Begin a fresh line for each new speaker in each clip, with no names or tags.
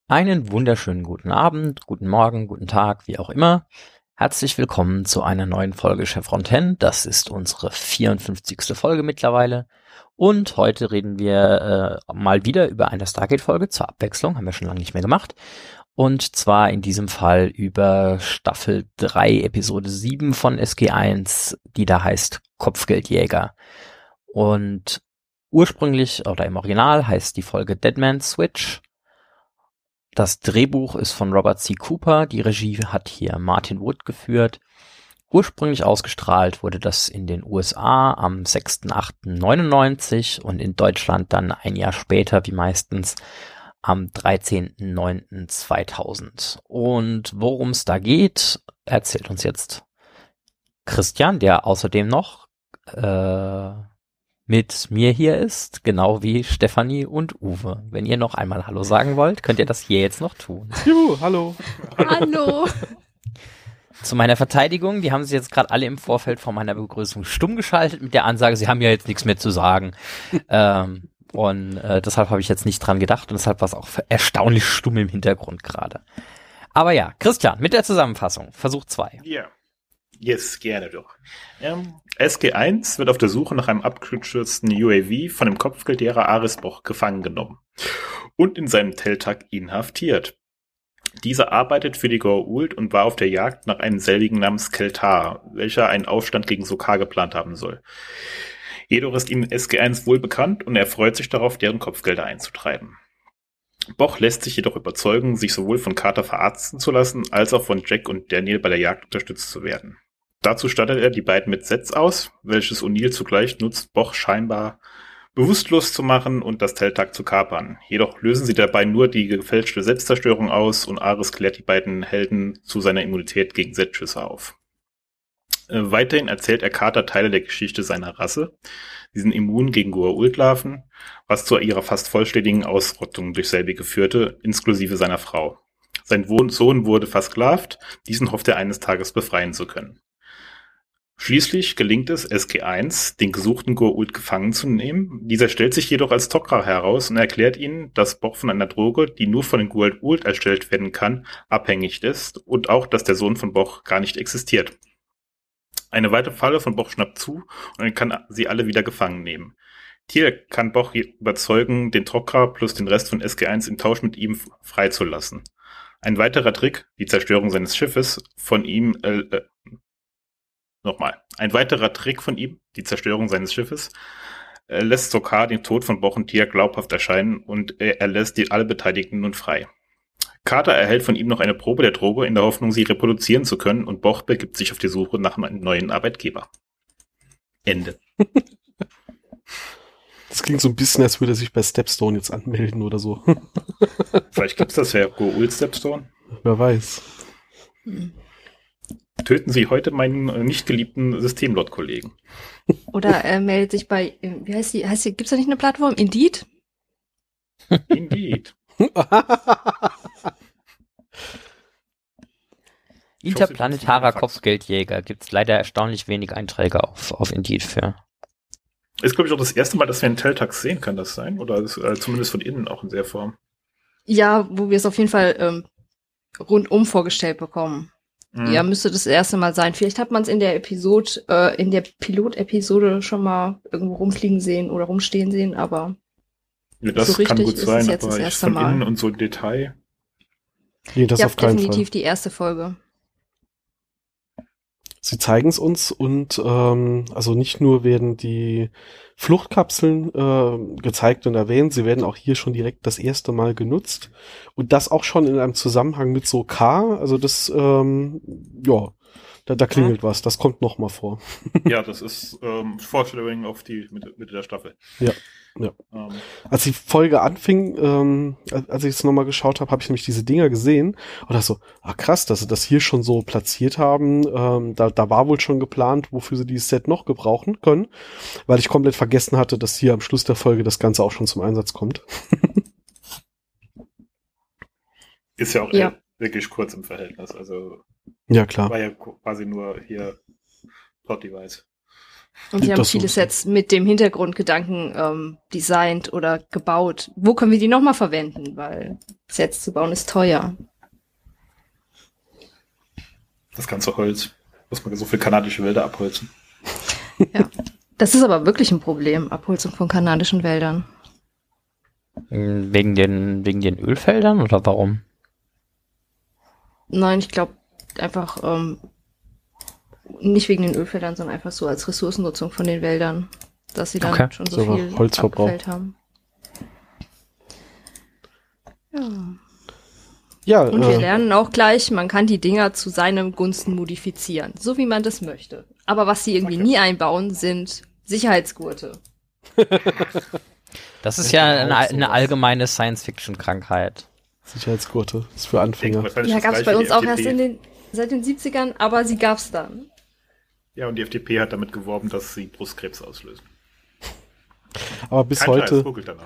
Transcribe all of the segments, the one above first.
Einen wunderschönen guten Abend, guten Morgen, guten Tag, wie auch immer. Herzlich willkommen zu einer neuen Folge Chevron 10. Das ist unsere 54. Folge mittlerweile. Und heute reden wir mal wieder über eine Stargate-Folge zur Abwechslung. Haben wir schon lange nicht mehr gemacht. Und zwar in diesem Fall über Staffel 3, Episode 7 von SG1, die da heißt Kopfgeldjäger. Und ursprünglich oder im Original heißt die Folge Dead Man's Switch. Das Drehbuch ist von Robert C. Cooper, die Regie hat hier Martin Wood geführt. Ursprünglich ausgestrahlt wurde das in den USA am 6.8.99 und in Deutschland dann ein Jahr später, wie meistens, am 13.9.2000. Und worum es da geht, erzählt uns jetzt Christian, der außerdem noch mit mir hier ist, genau wie Stefanie und Uwe. Wenn ihr noch einmal Hallo sagen wollt, könnt ihr das hier jetzt noch tun.
Juhu, hallo.
Hallo.
Zu meiner Verteidigung, die haben sich jetzt gerade alle im Vorfeld vor meiner Begrüßung stumm geschaltet mit der Ansage, sie haben ja jetzt nichts mehr zu sagen. Deshalb habe ich jetzt nicht dran gedacht und deshalb war es auch erstaunlich stumm im Hintergrund gerade. Aber ja, Christian, mit der Zusammenfassung, Versuch 2.
Ja. Yes, gerne doch. SG1 wird auf der Suche nach einem abgestürzten UAV von dem Kopfgeldjäger Aris Boch gefangen genommen und in seinem Teltag inhaftiert. Dieser arbeitet für die Goa'uld und war auf der Jagd nach einem selbigen namens Keltar, welcher einen Aufstand gegen Sokar geplant haben soll. Jedoch ist ihm SG1 wohl bekannt und er freut sich darauf, deren Kopfgelder einzutreiben. Boch lässt sich jedoch überzeugen, sich sowohl von Carter verarzten zu lassen, als auch von Jack und Daniel bei der Jagd unterstützt zu werden. Dazu stattet er die beiden mit Sets aus, welches O'Neill zugleich nutzt, Boch scheinbar bewusstlos zu machen und das Teltag zu kapern. Jedoch lösen sie dabei nur die gefälschte Selbstzerstörung aus und Aris klärt die beiden Helden zu seiner Immunität gegen Z-Schüsse auf. Weiterhin erzählt er Carter Teile der Geschichte seiner Rasse. Sie sind immun gegen Goa'uld-Larven, was zu ihrer fast vollständigen Ausrottung durch selbige führte, inklusive seiner Frau. Sein Sohn wurde versklavt, diesen hofft er eines Tages befreien zu können. Schließlich gelingt es SG1, den gesuchten Goa'uld gefangen zu nehmen. Dieser stellt sich jedoch als Tok'ra heraus und erklärt ihnen, dass Boch von einer Droge, die nur von den Goa'uld erstellt werden kann, abhängig ist und auch, dass der Sohn von Boch gar nicht existiert. Eine weitere Falle von Boch schnappt zu und er kann sie alle wieder gefangen nehmen. Hier kann Boch überzeugen, den Tok'ra plus den Rest von SG1 im Tausch mit ihm freizulassen. Ein weiterer Trick, die Zerstörung seines Schiffes, die Zerstörung seines Schiffes, lässt Sokar den Tod von Boch und Tia glaubhaft erscheinen und er lässt alle Beteiligten nun frei. Carter erhält von ihm noch eine Probe der Droge in der Hoffnung, sie reproduzieren zu können und Boch begibt sich auf die Suche nach einem neuen Arbeitgeber. Ende.
Das klingt so ein bisschen, als würde er sich bei Stepstone jetzt anmelden oder so.
Vielleicht gibt's das ja Goa'uld Stepstone.
Wer weiß.
Töten Sie heute meinen nicht geliebten Systemlord-Kollegen.
Oder meldet sich bei, wie heißt die, gibt's da nicht eine Plattform? Indeed?
Indeed.
Interplanetarer Kopfgeldjäger gibt's leider erstaunlich wenig Einträge auf Indeed für.
Ist, glaube ich, auch das erste Mal, dass wir einen Teltax sehen, kann das sein? Oder ist, zumindest von innen auch in der Form?
Ja, wo wir es auf jeden Fall rundum vorgestellt bekommen. Ja, müsste das erste Mal sein. Vielleicht hat man es in der Pilot-Episode schon mal irgendwo rumfliegen sehen oder rumstehen sehen, aber
ja, das
so
kann gut sein,
jetzt
aber
das
ich
erste
von
Mal.
innen und so im Detail.
Nee, das
ja,
auf keinen
definitiv
Fall.
die erste Folge.
Sie zeigen es uns und also nicht nur werden die Fluchtkapseln gezeigt und erwähnt, sie werden auch hier schon direkt das erste Mal genutzt und das auch schon in einem Zusammenhang mit so K, also das, ja, da klingelt was, das kommt noch mal vor.
Ja, das ist Foreshadowing auf die Mitte der Staffel.
Ja. Als die Folge anfing, als ich es nochmal geschaut habe, habe ich nämlich diese Dinger gesehen und dachte so, krass, dass sie das hier schon so platziert haben. Da war wohl schon geplant, wofür sie dieses Set noch gebrauchen können, weil ich komplett vergessen hatte, dass hier am Schluss der Folge das Ganze auch schon zum Einsatz kommt.
Ist ja auch wirklich kurz im Verhältnis, also
ja, klar.
war ja quasi nur hier Plot-Device.
Und die haben viele Sets mit dem Hintergrundgedanken designt oder gebaut. Wo können wir die nochmal verwenden? Weil Sets zu bauen ist teuer.
Das ganze Holz. Muss man so viel kanadische Wälder abholzen.
Ja, das ist aber wirklich ein Problem, Abholzung von kanadischen Wäldern.
Wegen den Ölfeldern oder warum?
Nein, ich glaube einfach nicht wegen den Ölfeldern, sondern einfach so als Ressourcennutzung von den Wäldern, dass sie dann schon so viel
Holzverbrauch
abgefällt haben. Ja.
Ja,
und wir lernen auch gleich, man kann die Dinger zu seinem Gunsten modifizieren, so wie man das möchte. Aber was sie irgendwie nie einbauen, sind Sicherheitsgurte.
Das ist ja eine allgemeine Science-Fiction-Krankheit.
Sicherheitsgurte, ist für Anfänger.
Ja, gab es bei uns auch erst seit den 70ern, aber sie gab es dann.
Ja, und die FDP hat damit geworben, dass sie Brustkrebs auslösen.
Aber bis heute...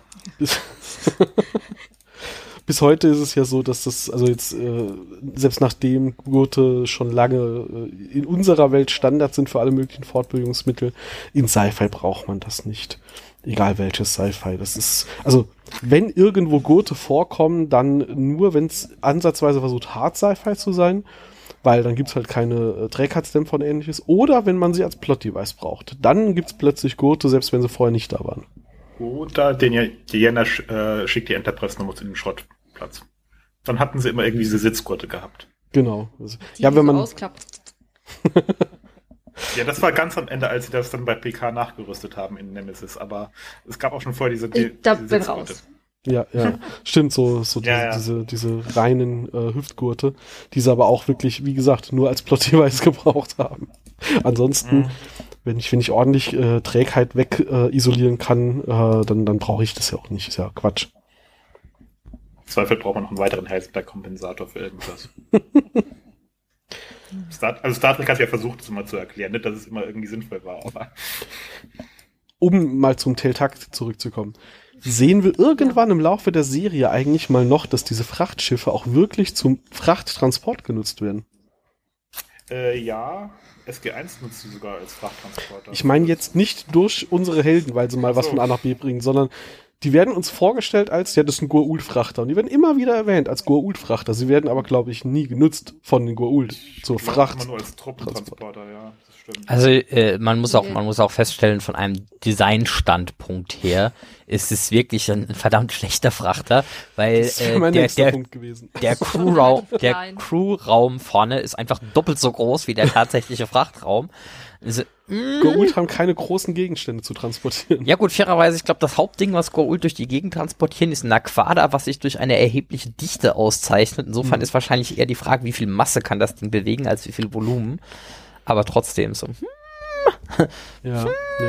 Bis heute ist es ja so, dass das, also jetzt, selbst nachdem Gurte schon lange in unserer Welt Standard sind für alle möglichen Fortbewegungsmittel, in Sci-Fi braucht man das nicht. Egal welches Sci-Fi. Das ist, also, wenn irgendwo Gurte vorkommen, dann nur, wenn es ansatzweise versucht, Hard Sci-Fi zu sein, weil dann gibt's halt keine Trägheitsdämpfer und ähnliches. Oder wenn man sie als Plot-Device braucht. Dann gibt's plötzlich Gurte, selbst wenn sie vorher nicht da waren.
Oder Diana schickt die Enterprise nochmal zu dem Schrottplatz. Dann hatten sie immer irgendwie diese Sitzgurte gehabt.
Genau. Also,
ja, wenn man ausklappt.
Ja, das war ganz am Ende, als sie das dann bei PK nachgerüstet haben in Nemesis. Aber es gab auch schon vorher diese
Sitzgurte.
Ja, stimmt, diese reinen Hüftgurte, die sie aber auch wirklich, wie gesagt, nur als Plot-Device gebraucht haben. Ansonsten, wenn ich ordentlich Trägheit weg isolieren kann, dann brauche ich das ja auch nicht. Ist ja Quatsch.
Im Zweifel braucht man noch einen weiteren Heisenberg-Kompensator für irgendwas. Star Trek hat ja versucht, das mal zu erklären, nicht, dass es immer irgendwie sinnvoll war. Aber
um mal zum Teltakt zurückzukommen. Sehen wir irgendwann im Laufe der Serie eigentlich mal noch, dass diese Frachtschiffe auch wirklich zum Frachttransport genutzt werden?
Ja, SG-1 nutzt sie sogar als Frachttransporter.
Ich meine jetzt nicht durch unsere Helden, weil sie mal was von A nach B bringen, sondern die werden uns vorgestellt als, ja, das sind Goa'uld-Frachter. Und die werden immer wieder erwähnt als Goa'uld-Frachter. Sie werden aber, glaube ich, nie genutzt von den Goa'uld zur Fracht.
Immer nur als Truppentransporter, ja, das stimmt.
Also man muss auch feststellen, von einem Designstandpunkt her ist es wirklich ein verdammt schlechter Frachter, weil der Crewraum vorne ist einfach doppelt so groß wie der tatsächliche Frachtraum. Also,
Goa'uld haben keine großen Gegenstände zu transportieren.
Ja gut, fairerweise, ich glaube, das Hauptding, was Goa'uld durch die Gegend transportieren, ist ein Naquadah, was sich durch eine erhebliche Dichte auszeichnet. Insofern ist wahrscheinlich eher die Frage, wie viel Masse kann das Ding bewegen, als wie viel Volumen. Aber trotzdem so.
Ja.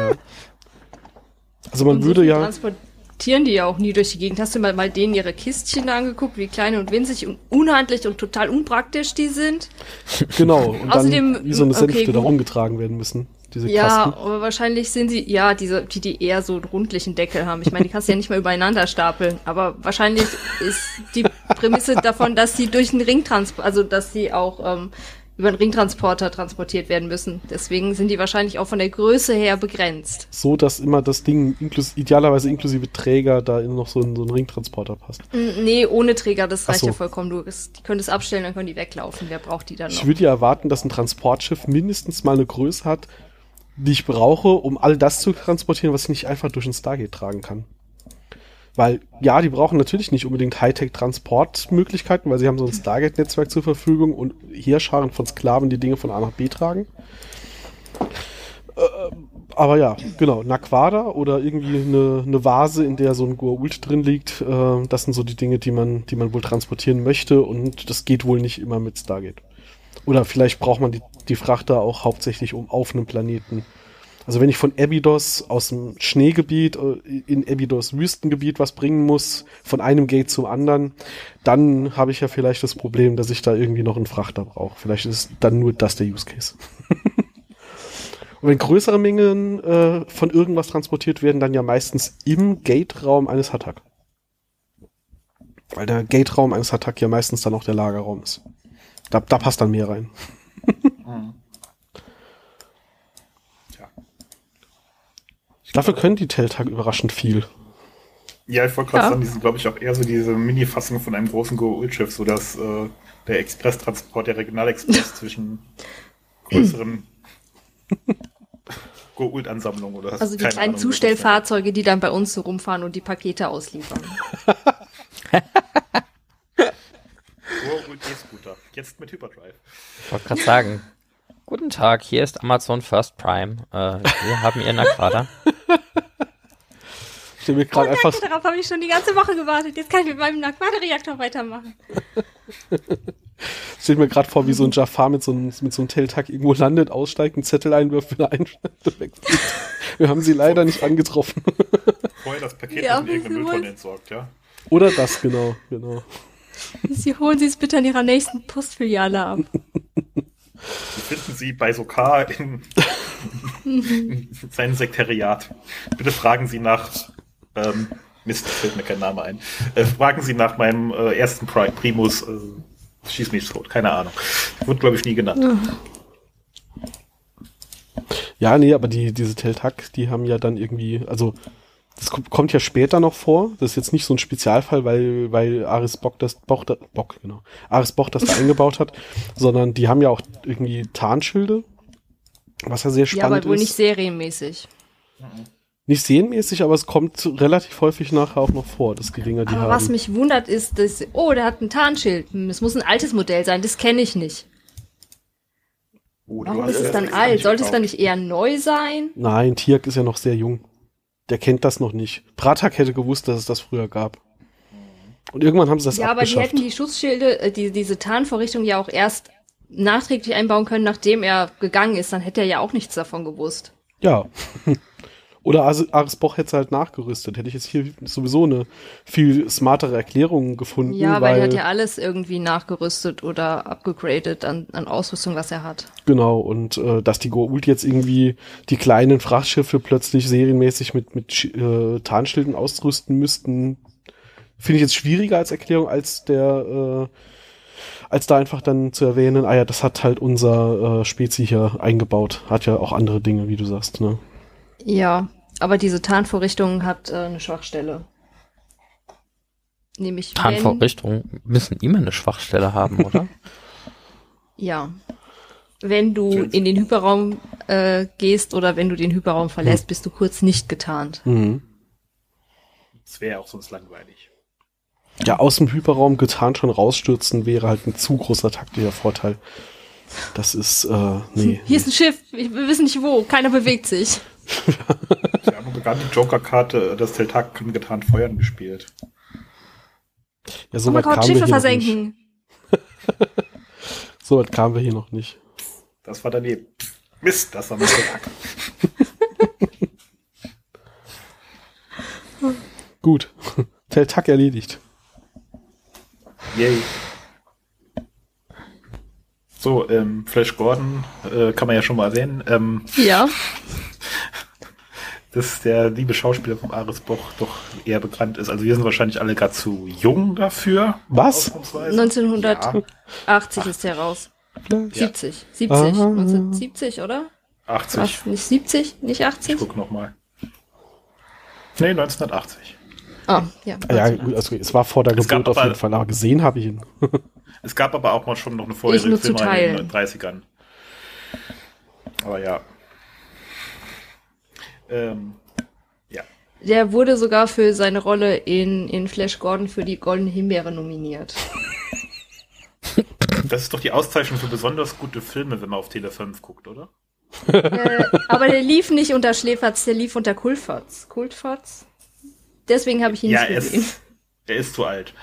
Also man würde ja...
transportieren die ja auch nie durch die Gegend. Hast du mal denen ihre Kistchen da angeguckt, wie klein und winzig und unhandlich und total unpraktisch die sind?
Genau, und
außerdem,
dann wie so eine Sänfte da rumgetragen werden müssen, diese Kasten.
Ja, aber wahrscheinlich sind sie, die eher so einen rundlichen Deckel haben. Ich meine, die kannst du ja nicht mal übereinander stapeln, aber wahrscheinlich ist die Prämisse davon, dass sie durch einen Ringtransport, also dass sie auch über einen Ringtransporter transportiert werden müssen. Deswegen sind die wahrscheinlich auch von der Größe her begrenzt.
So, dass immer das Ding idealerweise inklusive Träger da noch so ein Ringtransporter passt.
Nee, ohne Träger, das reicht ja vollkommen. Die können es abstellen, dann können die weglaufen. Wer braucht die dann noch?
Ich würde ja erwarten, dass ein Transportschiff mindestens mal eine Größe hat, die ich brauche, um all das zu transportieren, was ich nicht einfach durch ein Stargate tragen kann. Weil, ja, die brauchen natürlich nicht unbedingt Hightech-Transportmöglichkeiten, weil sie haben so ein Stargate-Netzwerk zur Verfügung und Heerscharen von Sklaven, die Dinge von A nach B tragen. Aber ja, genau, Naquadah oder irgendwie eine Vase, in der so ein Goa'uld drin liegt, das sind so die Dinge, die man wohl transportieren möchte, und das geht wohl nicht immer mit Stargate. Oder vielleicht braucht man die Frachter auch hauptsächlich auf einem Planeten. Also wenn ich von Abydos aus dem Schneegebiet in Abydos Wüstengebiet was bringen muss, von einem Gate zum anderen, dann habe ich ja vielleicht das Problem, dass ich da irgendwie noch einen Frachter brauche. Vielleicht ist dann nur das der Use Case. Und wenn größere Mengen von irgendwas transportiert werden, dann ja meistens im Gate-Raum eines Hatak. Weil der Gate-Raum eines Hatak ja meistens dann auch der Lagerraum ist. Da passt dann mehr rein. Dafür können die Teltag überraschend viel.
Ja, ich wollte gerade sagen, die sind, glaube ich, auch eher so diese Mini-Fassung von einem großen Go-Ult-Schiff, so dass der Expresstransport, der Regionalexpress zwischen größeren Go-Ult-Ansammlungen oder
also die kleinen Zustellfahrzeuge, die dann bei uns so rumfahren und die Pakete ausliefern.
Go-Ult E-Scooter, jetzt mit Hyperdrive.
Ich wollte gerade sagen, guten Tag, hier ist Amazon First Prime. Wir haben Ihren Aquader.
Darauf habe ich schon die ganze Woche gewartet. Jetzt kann ich mit meinem Aquader-Reaktor weitermachen.
Stell mir gerade vor, wie so ein Jafar mit so einem Teltag irgendwo landet, aussteigt, einen Zettel einwirft, wieder einschneidet, wegfliegt. Wir haben sie leider nicht angetroffen.
Vorher das Paket in irgendeine Mülltonne entsorgt, ja?
Oder das, genau.
Sie holen Sie es bitte an Ihrer nächsten Postfiliale ab.
Sie finden Sie bei Sokar in seinem Sekretariat. Bitte fragen Sie nach Mist, fällt mir kein Name ein. Fragen Sie nach meinem ersten Primus schieß mich tot, keine Ahnung. Wurde, glaube ich, nie genannt.
Ja, nee, aber diese Teltag, die haben ja dann irgendwie, also das kommt ja später noch vor. Das ist jetzt nicht so ein Spezialfall, weil Aris Bock das da eingebaut hat, sondern die haben ja auch irgendwie Tarnschilde, was ja sehr spannend ist.
Ja, aber wohl nicht serienmäßig.
Nicht serienmäßig, aber es kommt relativ häufig nachher auch noch vor, das Geringer die
aber
haben.
Was mich wundert ist, dass, der hat ein Tarnschild. Es muss ein altes Modell sein, das kenne ich nicht. Warum ist es dann alt? Sollte es dann nicht eher neu sein?
Nein, Tirk ist ja noch sehr jung. Der kennt das noch nicht. Bratak hätte gewusst, dass es das früher gab. Und irgendwann haben sie das abgeschafft.
Ja, aber die hätten die Schutzschilde, diese Tarnvorrichtung ja auch erst nachträglich einbauen können, nachdem er gegangen ist. Dann hätte er ja auch nichts davon gewusst.
Ja. Oder Aris Bock hätte es halt nachgerüstet. Hätte ich jetzt hier sowieso eine viel smartere Erklärung gefunden.
Ja, weil er hat ja alles irgendwie nachgerüstet oder abgegradet an Ausrüstung, was er hat.
Genau, und dass die Go-Ult jetzt irgendwie die kleinen Frachtschiffe plötzlich serienmäßig mit Tarnschilden ausrüsten müssten, finde ich jetzt schwieriger als Erklärung, als da einfach dann zu erwähnen, das hat halt unser Spezi hier eingebaut. Hat ja auch andere Dinge, wie du sagst, ne?
Ja, aber diese Tarnvorrichtung hat eine Schwachstelle. Nämlich
Tarnvorrichtungen müssen immer eine Schwachstelle haben, oder?
Ja. Wenn du in den Hyperraum gehst oder wenn du den Hyperraum verlässt, bist du kurz nicht getarnt.
Mhm.
Das wäre auch sonst langweilig.
Ja, aus dem Hyperraum getarnt schon rausstürzen wäre halt ein zu großer taktischer Vorteil. Das ist, nee.
Hier ist ein Schiff, wir wissen nicht wo, keiner bewegt sich.
Sie haben sogar die Joker-Karte, das Teltag kann getarnt feuern, gespielt.
Ja, so weit kamen
Schiffe
wir
versenken.
So weit kamen wir hier noch nicht.
Das war daneben. Mist, das war mein Teltag.
Gut. Teltag erledigt.
Yay. So, Flash Gordon kann man ja schon mal erwähnen.
Ja.
Dass der liebe Schauspieler vom Aris Bock doch eher bekannt ist. Also wir sind wahrscheinlich alle gerade zu jung dafür.
Was?
1980 ist der raus.
Flash.
70. 1970, oder?
80.
Was, nicht 70? Nicht 80?
Ich guck nochmal. Nee, 1980.
Ah, ja.
Ja, gut, also es war vor der Geburt auf jeden Fall, aber gesehen habe ich ihn.
Es gab aber auch mal schon noch eine vorherige
Film
in den 30ern. Aber ja. Ja.
Der wurde sogar für seine Rolle in Flash Gordon für die Goldene Himbeere nominiert.
Das ist doch die Auszeichnung für besonders gute Filme, wenn man auf Tele 5 guckt, oder?
Aber der lief nicht unter Schläferz, der lief unter Kultfatz. Kultfatz? Deswegen habe ich ihn nicht gesehen.
Er ist zu alt.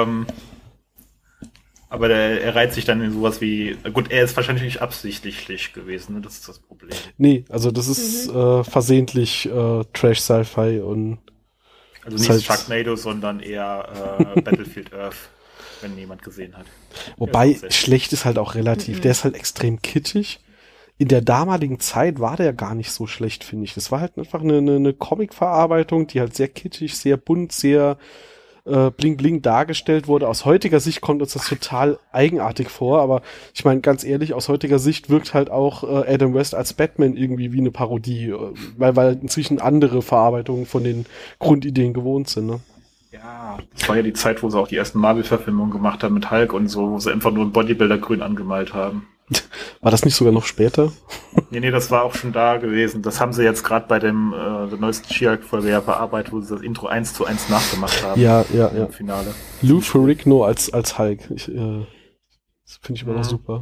Aber er reiht sich dann in sowas wie... Gut, er ist wahrscheinlich nicht absichtlich gewesen, ne? Das ist das Problem.
Nee, also das ist versehentlich Trash-Sci-Fi und...
Also nicht Sharknado, sondern eher Battlefield Earth, wenn jemand gesehen hat.
Wobei, schlecht ist halt auch relativ. Der ist halt extrem kitschig. In der damaligen Zeit war der gar nicht so schlecht, finde ich. Das war halt einfach eine Comic-Verarbeitung, die halt sehr kitschig, sehr bunt, sehr bling bling dargestellt wurde. Aus heutiger Sicht kommt uns das total eigenartig vor, aber ich meine, ganz ehrlich, aus heutiger Sicht wirkt halt auch Adam West als Batman irgendwie wie eine Parodie, weil inzwischen andere Verarbeitungen von den Grundideen gewohnt sind, ne?
Ja, das war ja die Zeit, wo sie auch die ersten Marvel-Verfilmungen gemacht haben mit Hulk und so, wo sie einfach nur ein Bodybuilder grün angemalt haben.
War das nicht sogar noch später?
Nee, das war auch schon da gewesen. Das haben sie jetzt gerade bei der neuesten She-Hulk-Folge ja verarbeitet, wo sie das Intro 1:1 nachgemacht haben.
Ja.
Im Finale.
Lou Ferrigno als Hulk. Das finde ich immer noch super.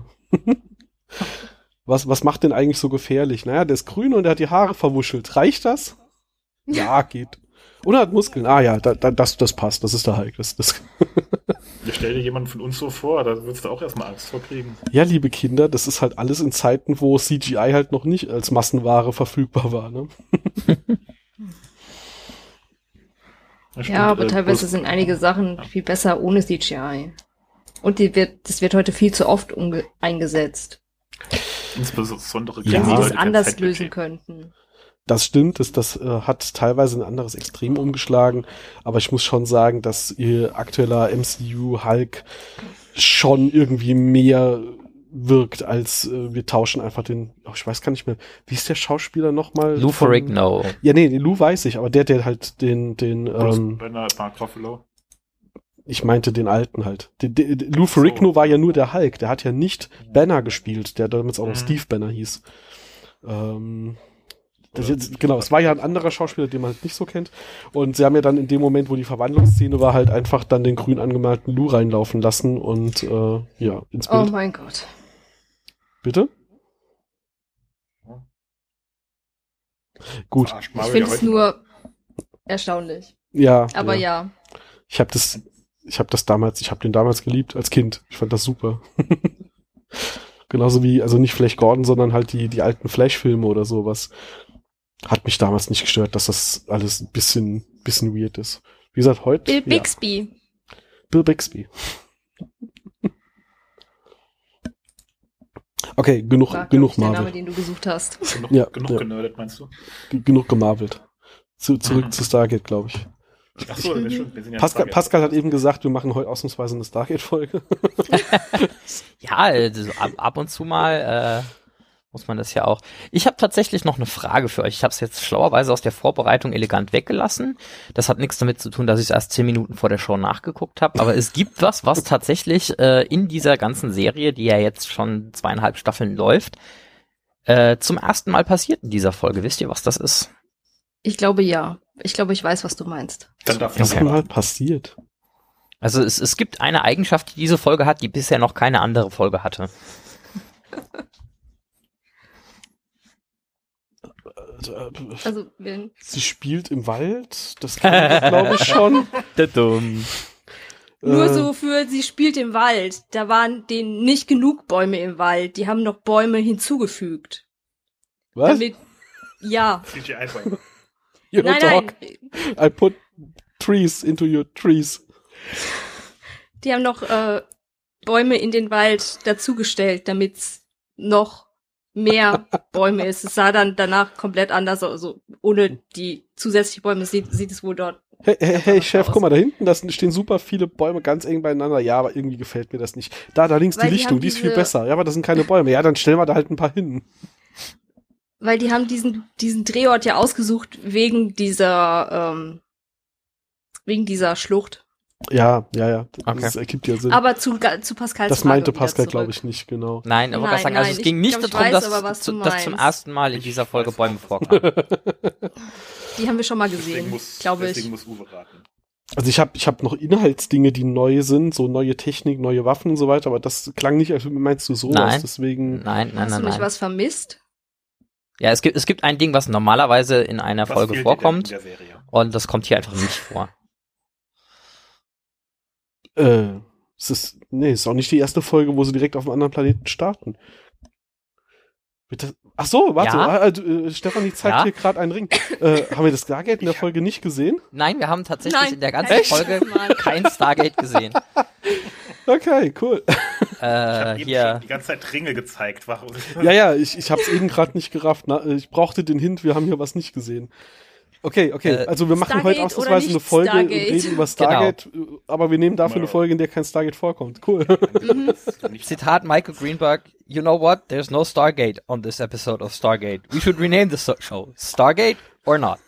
Was macht denn eigentlich so gefährlich? Naja, der ist grün und der hat die Haare verwuschelt. Reicht das? Ja, geht. Oder hat Muskeln. Ah ja, das passt. Das ist der Hulk. Das.
Ich stell dir jemanden von uns so vor, da würdest du auch erstmal Angst vor kriegen.
Ja, liebe Kinder, das ist halt alles in Zeiten, wo CGI halt noch nicht als Massenware verfügbar war, ne?
Ja, aber teilweise sind einige Sachen viel besser ohne CGI. Und das wird heute viel zu oft eingesetzt.
Insbesondere
wenn sie das anders lösen könnten.
Das stimmt, das hat teilweise ein anderes Extrem umgeschlagen, aber ich muss schon sagen, dass ihr aktueller MCU-Hulk schon irgendwie mehr wirkt, als wir tauschen einfach ich weiß gar nicht mehr, wie ist der Schauspieler nochmal?
Lou Ferrigno.
Ja, nee, Lou weiß ich, aber der halt den
Mark Ruffalo.
Ich meinte den alten halt. Lou Ferrigno war ja nur der Hulk, der hat ja nicht Banner gespielt, der damals auch noch Steve Banner hieß. Genau, es war ja ein anderer Schauspieler, den man halt nicht so kennt. Und sie haben ja dann in dem Moment, wo die Verwandlungsszene war, halt einfach dann den grün angemalten Lou reinlaufen lassen und ins Bild.
Oh mein Gott.
Bitte? Gut.
Ich finde es nur erstaunlich.
Ja.
Aber ja.
Ich habe den damals geliebt als Kind. Ich fand das super. Genauso wie, also nicht Flash Gordon, sondern halt die alten Flash-Filme oder sowas. Hat mich damals nicht gestört, dass das alles ein bisschen weird ist. Wie gesagt, heute...
Bill Bixby.
Ja. Bill Bixby. Okay, genug
Marvel.
Marvel.
Der Name, den du gesucht hast.
Genug genördet, meinst du?
Genug gemarvelt. Zurück zu Stargate, glaube ich.
Ach so, das stimmt. Wir sind ja
Pascal hat eben gesagt, wir machen heute ausnahmsweise eine Stargate-Folge.
Ja, also ab und zu mal muss man das ja auch. Ich habe tatsächlich noch eine Frage für euch. Ich habe es jetzt schlauerweise aus der Vorbereitung elegant weggelassen. Das hat nichts damit zu tun, dass ich es erst 10 Minuten vor der Show nachgeguckt habe. Aber es gibt was tatsächlich in dieser ganzen Serie, die ja jetzt schon 2,5 Staffeln läuft, zum ersten Mal passiert in dieser Folge. Wisst ihr, was das ist?
Ich glaube, ja. Ich glaube, ich weiß, was du meinst.
Dann darf
das mal passiert.
Also es gibt eine Eigenschaft, die diese Folge hat, die bisher noch keine andere Folge hatte.
Also,
sie spielt im Wald, das kann ich, glaube ich, schon.
Nur so für sie spielt im Wald. Da waren denen nicht genug Bäume im Wald. Die haben noch Bäume hinzugefügt.
Was?
Ja.
CGI-Bäume.
Nein.
I put trees into your trees.
Die haben noch Bäume in den Wald dazugestellt, damit's noch mehr Bäume ist. Es sah dann danach komplett anders aus. Also ohne die zusätzlichen Bäume sieht es wohl dort.
Hey Chef, guck mal, da hinten, da stehen super viele Bäume ganz eng beieinander. Ja, aber irgendwie gefällt mir das nicht. Da links die Lichtung, die ist viel besser. Ja, aber das sind keine Bäume. Ja, dann stellen wir da halt ein paar hin.
Weil die haben diesen Drehort ja ausgesucht wegen dieser Schlucht.
Ja.
Okay.
Das ergibt ja Sinn.
Aber zu Pascals
das meinte Pascal, glaube ich, nicht, genau.
Nein, aber was sagen, also es ging nicht darum, dass zum ersten Mal in dieser Folge Bäume vorkamen.
Die haben wir schon mal gesehen, glaube ich.
Deswegen muss Uwe raten.
Also ich hab noch Inhaltsdinge, die neu sind, so neue Technik, neue Waffen und so weiter, aber das klang nicht, als meinst du sowas, deswegen...
Nein.
Hast du mich was vermisst?
Ja, es gibt ein Ding, was normalerweise in einer Folge vorkommt,
in der Serie?
Und das kommt hier einfach nicht vor.
Es ist auch nicht die erste Folge, wo sie direkt auf einem anderen Planeten starten. Bitte. Ach so, warte,
ja?
Stefanie zeigt hier gerade einen Ring. Haben wir das Stargate in der Folge nicht gesehen?
Nein, wir haben tatsächlich in der ganzen Folge kein Stargate gesehen.
Okay, cool.
Ich habe eben die ganze Zeit Ringe gezeigt. Warum?
Ja, ich hab's eben gerade nicht gerafft. Ich brauchte den Hint, wir haben hier was nicht gesehen. Okay, also wir machen
Stargate
heute ausnahmsweise eine Folge und reden über Stargate, aber wir nehmen dafür eine Folge, in der kein Stargate vorkommt. Cool.
Zitat Michael Greenberg, you know what, there's no Stargate on this episode of Stargate. We should rename the show Stargate or not.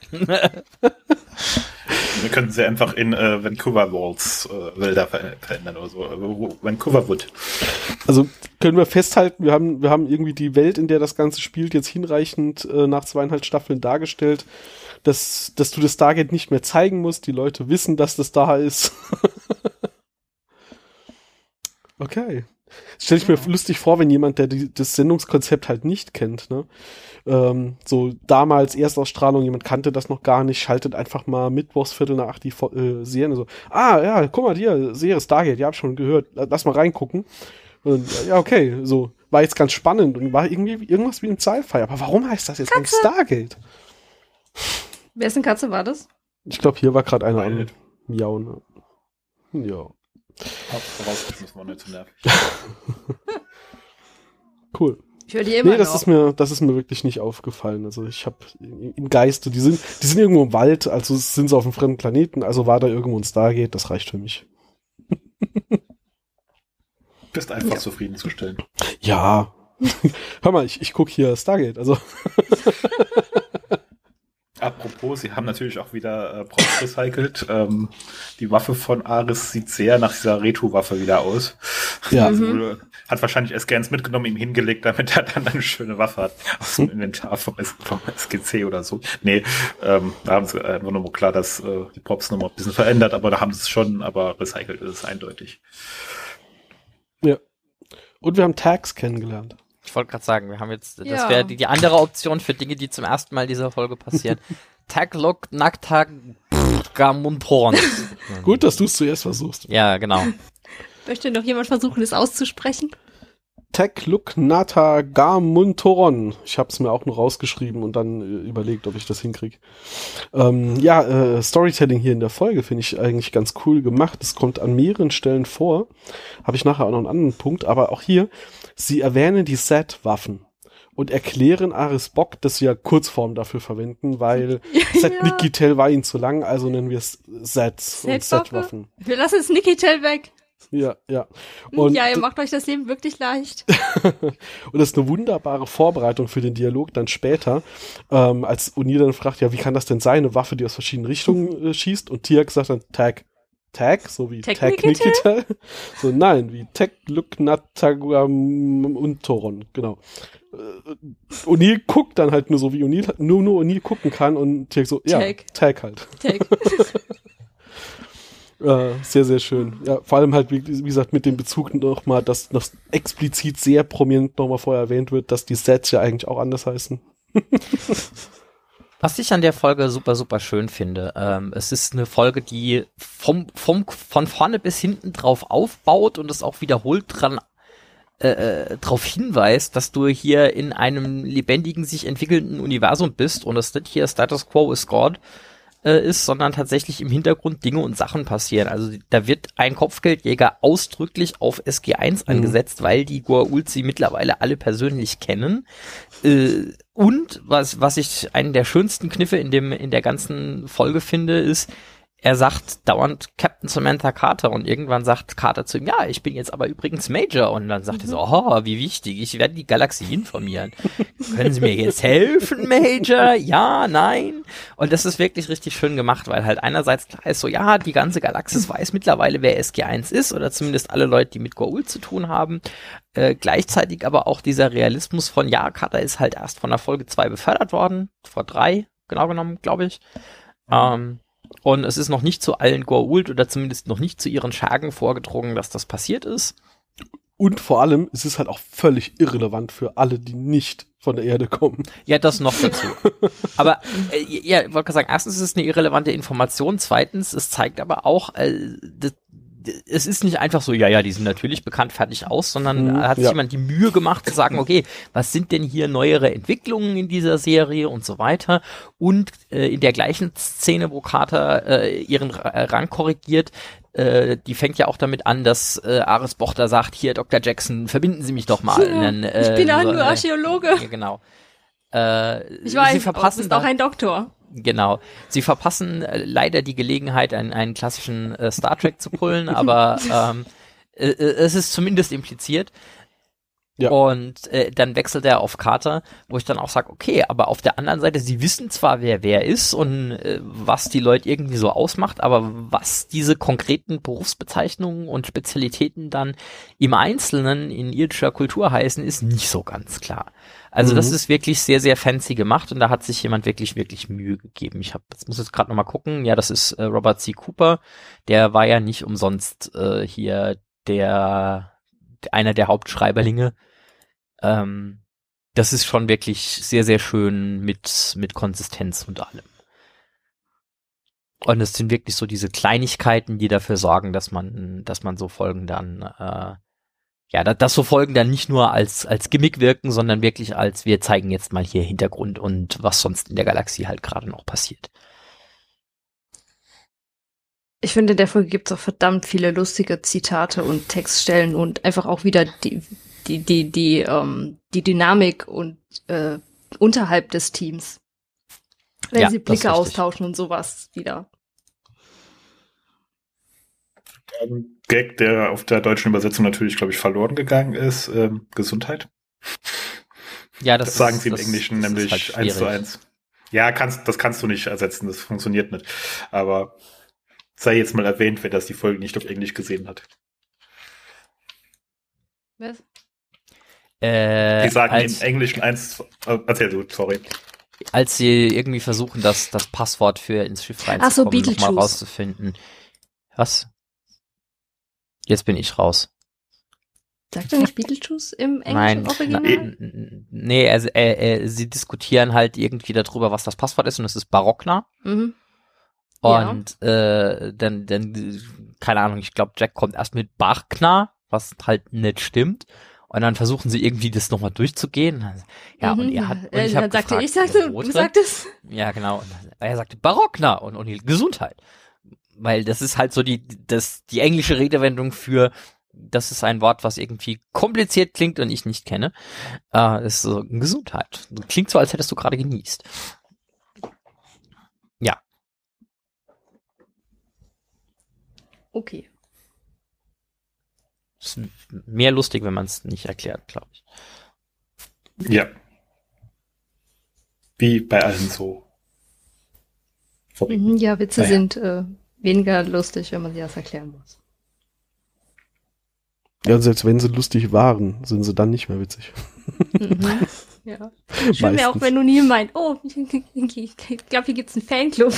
Wir könnten sie einfach in Vancouver Walls Wälder verändern oder so. Vancouver Wood.
Also können wir festhalten, wir haben irgendwie die Welt, in der das Ganze spielt, jetzt hinreichend nach 2,5 Staffeln dargestellt, dass du das Stargate nicht mehr zeigen musst. Die Leute wissen, dass das da ist. Okay. Stell ich mir lustig vor, wenn jemand, der das Sendungskonzept halt nicht kennt, ne? So damals Erstausstrahlung, jemand kannte das noch gar nicht, schaltet einfach mal mittwochs 7:45 die Serien so, ja, guck mal, hier, Serie Stargate, ihr habt schon gehört, lass mal reingucken. Und ja, okay, so, war jetzt ganz spannend und war irgendwie irgendwas wie ein Sci-Fi, aber warum heißt das jetzt eigentlich Stargate?
Wessen Katze war das?
Ich glaube, hier war gerade einer an Miauen. Ja.
Das war nicht zu nervig.
Cool.
Ich höre die immer
das ist mir wirklich nicht aufgefallen. Also ich habe im Geiste, die sind irgendwo im Wald, also sind sie auf einem fremden Planeten, also war da irgendwo ein Stargate, das reicht für mich.
Bist einfach zufriedenzustellen.
Ja. Hör mal, ich gucke hier Stargate, also.
Apropos, sie haben natürlich auch wieder Props recycelt. Die Waffe von Aris sieht sehr nach dieser Retu-Waffe wieder aus.
Ja.
Also, hat wahrscheinlich SG1 mitgenommen, ihm hingelegt, damit er dann eine schöne Waffe hat. Aus dem Inventar vom SGC oder so. Nee, da haben sie einfach nur klar, dass die Props nochmal ein bisschen verändert, aber da haben sie es schon, aber recycelt ist es eindeutig.
Ja. Und wir haben Tags kennengelernt.
Ich wollte gerade sagen, wir haben jetzt, das wäre die andere Option für Dinge, die zum ersten Mal in dieser Folge passieren. Taglok Naktag Gamuntoron.
Gut, dass du es zuerst versuchst.
Ja, genau.
Möchte noch jemand versuchen, das auszusprechen?
Taglok Nata Gamuntoron. Ich habe es mir auch noch rausgeschrieben und dann überlegt, ob ich das hinkriege. Storytelling hier in der Folge finde ich eigentlich ganz cool gemacht. Es kommt an mehreren Stellen vor. Habe ich nachher auch noch einen anderen Punkt, aber auch hier, sie erwähnen die Set-Waffen und erklären Aris Bock, dass sie ja Kurzform dafür verwenden, weil Set Nikitel war ihnen zu lang, also nennen wir es Sets und Set-Waffen.
Wir lassen es Nikitel weg.
Ja.
Und ihr macht euch das Leben wirklich leicht.
Und das ist eine wunderbare Vorbereitung für den Dialog dann später, als O'Neill dann fragt, ja, wie kann das denn sein, eine Waffe, die aus verschiedenen Richtungen schießt? Und Tiak sagt dann, Tag, so wie Tag Nikitel. So, nein, wie Tag Luknatagam und Toron, genau. O'Neill guckt dann halt nur so, wie O'Neill, nur O'Neill gucken kann und Tiak so, ja, Tag halt.
Tag.
Sehr, sehr schön. Ja, vor allem halt, wie gesagt, mit dem Bezug nochmal, dass noch explizit sehr prominent nochmal vorher erwähnt wird, dass die Sets ja eigentlich auch anders heißen.
Was ich an der Folge super, super schön finde, es ist eine Folge, die von vorne bis hinten drauf aufbaut und es auch wiederholt darauf hinweist, dass du hier in einem lebendigen, sich entwickelnden Universum bist und es nicht hier Status Quo is God ist, sondern tatsächlich im Hintergrund Dinge und Sachen passieren. Also da wird ein Kopfgeldjäger ausdrücklich auf SG1 angesetzt, weil die Goa'uld sie mittlerweile alle persönlich kennen. Und was ich einen der schönsten Kniffe in der ganzen Folge finde, ist, er sagt dauernd Captain Samantha Carter und irgendwann sagt Carter zu ihm, ja, ich bin jetzt aber übrigens Major. Und dann sagt er so, oh, wie wichtig, ich werde die Galaxie informieren. Können Sie mir jetzt helfen, Major? Ja, nein? Und das ist wirklich richtig schön gemacht, weil halt einerseits klar ist so, ja, die ganze Galaxis weiß mittlerweile, wer SG1 ist oder zumindest alle Leute, die mit Goa'uld zu tun haben. Gleichzeitig aber auch dieser Realismus von, ja, Carter ist halt erst von der Folge 2 befördert worden, vor 3, genau genommen, glaube ich. Und es ist noch nicht zu allen Goa'uld oder zumindest noch nicht zu ihren Schergen vorgedrungen, dass das passiert ist.
Und vor allem, es ist halt auch völlig irrelevant für alle, die nicht von der Erde kommen.
Ja, das noch dazu. Aber, ich wollte gerade sagen, erstens ist es eine irrelevante Information, zweitens, es zeigt aber auch, es ist nicht einfach so, ja, die sind natürlich bekannt, fertig aus, sondern hat sich jemand die Mühe gemacht zu sagen, okay, was sind denn hier neuere Entwicklungen in dieser Serie und so weiter. Und in der gleichen Szene, wo Carter ihren Rang korrigiert, die fängt ja auch damit an, dass Aris Bochter sagt, hier, Dr. Jackson, verbinden Sie mich doch mal.
Ja, dann, ich bin auch nur Archäologe.
Ja, genau.
Ich weiß, du bist auch ein Doktor.
Genau. Sie verpassen leider die Gelegenheit, einen klassischen Star Trek zu pullen, aber es ist zumindest impliziert. Ja. Und dann wechselt er auf Carter, wo ich dann auch sage, okay, aber auf der anderen Seite, sie wissen zwar, wer ist und was die Leute irgendwie so ausmacht, aber was diese konkreten Berufsbezeichnungen und Spezialitäten dann im Einzelnen in irdischer Kultur heißen, ist nicht so ganz klar. Also das ist wirklich sehr, sehr fancy gemacht und da hat sich jemand wirklich, wirklich Mühe gegeben. Muss jetzt gerade nochmal gucken, ja, das ist Robert C. Cooper, der war ja nicht umsonst hier einer der Hauptschreiberlinge. Das ist schon wirklich sehr, sehr schön mit Konsistenz und allem. Und es sind wirklich so diese Kleinigkeiten, die dafür sorgen, dass man so Folgen dann, dass so Folgen dann nicht nur als Gimmick wirken, sondern wirklich als wir zeigen jetzt mal hier Hintergrund und was sonst in der Galaxie halt gerade noch passiert.
Ich finde, in der Folge gibt es auch verdammt viele lustige Zitate und Textstellen und einfach auch wieder die Dynamik und unterhalb des Teams. Wenn sie Blicke austauschen und sowas wieder.
Ein Gag, der auf der deutschen Übersetzung natürlich, glaube ich, verloren gegangen ist, Gesundheit.
Ja,
das sagen sie im Englischen nämlich halt 1:1. Ja, das kannst du nicht ersetzen, das funktioniert nicht. Aber sei jetzt mal erwähnt, wer das die Folge nicht auf Englisch gesehen hat.
Was?
Die sagen im Englischen erzähl du, sorry.
Als sie irgendwie versuchen, das Passwort für ins Schiff reinzukommen, nochmal rauszufinden. Was? Jetzt bin ich raus.
Sagt er nicht Beetlejuice im englischen Original?
Nee, sie diskutieren halt irgendwie darüber, was das Passwort ist und es ist Barockner.
Mhm.
Und dann, keine Ahnung, ich glaube, Jack kommt erst mit Bachkner, was halt nicht stimmt. Und dann versuchen sie irgendwie das nochmal durchzugehen. Ja, und er hat, und ich habe gefragt,
du sagtest.
Ja, genau. Und er sagte Barockner und Gesundheit. Weil das ist halt so die englische Redewendung für, das ist ein Wort, was irgendwie kompliziert klingt und ich nicht kenne. Das ist so Gesundheit. Klingt so, als hättest du gerade genießt. Ja.
Okay.
Ist mehr lustig, wenn man es nicht erklärt, glaube ich.
Ja. Wie bei allen so.
Ja, Witze sind weniger lustig, wenn man sie erst erklären muss.
Ja, und selbst wenn sie lustig waren, sind sie dann nicht mehr witzig.
Mhm. Ja. Schön wäre auch, wenn du nie meinst, oh, ich glaube, hier gibt's einen Fanclub.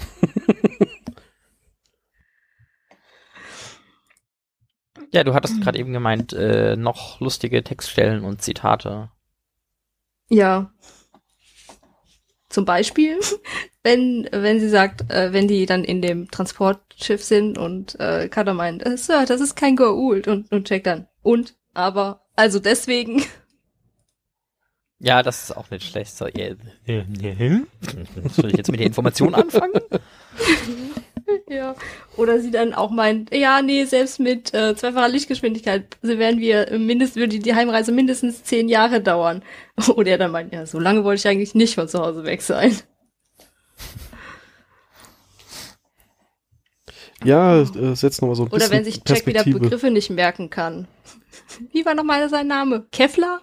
Ja, du hattest gerade eben gemeint, noch lustige Textstellen und Zitate.
Ja. Zum Beispiel, wenn sie sagt, wenn die dann in dem Transportschiff sind und Carter meint, Sir, das ist kein Goa'uld und Jack dann, also deswegen.
Ja, das ist auch nicht schlecht. So, soll ich jetzt mit der Information anfangen?
Ja. Oder sie dann auch meint, ja, nee, selbst mit zweifacher Lichtgeschwindigkeit würde die Heimreise mindestens 10 Jahre dauern. Oder er dann meint, ja, so lange wollte ich eigentlich nicht von zu Hause weg sein.
Ja, setzt nochmal so ein bisschen
Oder wenn sich Jack wieder Begriffe nicht merken kann. Wie war nochmal sein Name? Kevlar?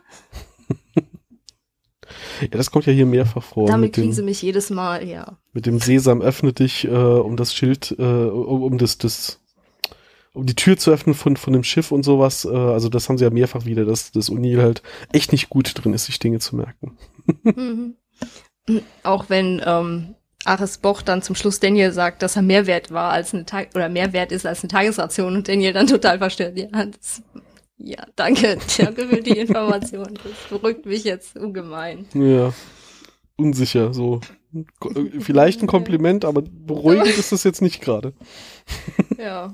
Ja, das kommt ja hier mehrfach vor.
Damit kriegen sie mich jedes Mal, ja.
Mit dem Sesam öffne dich, um das Schild, um die Tür zu öffnen von dem Schiff und sowas. Also das haben sie ja mehrfach wieder, dass das O'Neill halt echt nicht gut drin ist, sich Dinge zu merken.
Mhm. Auch wenn Aris Boch dann zum Schluss Daniel sagt, dass er mehr wert war als mehr wert ist als eine Tagesration und Daniel dann total verstört. Ja, danke für die Information. Das beruhigt mich jetzt ungemein.
Ja, unsicher, so. Vielleicht ein Kompliment, aber beruhigend ist es jetzt nicht gerade.
Ja.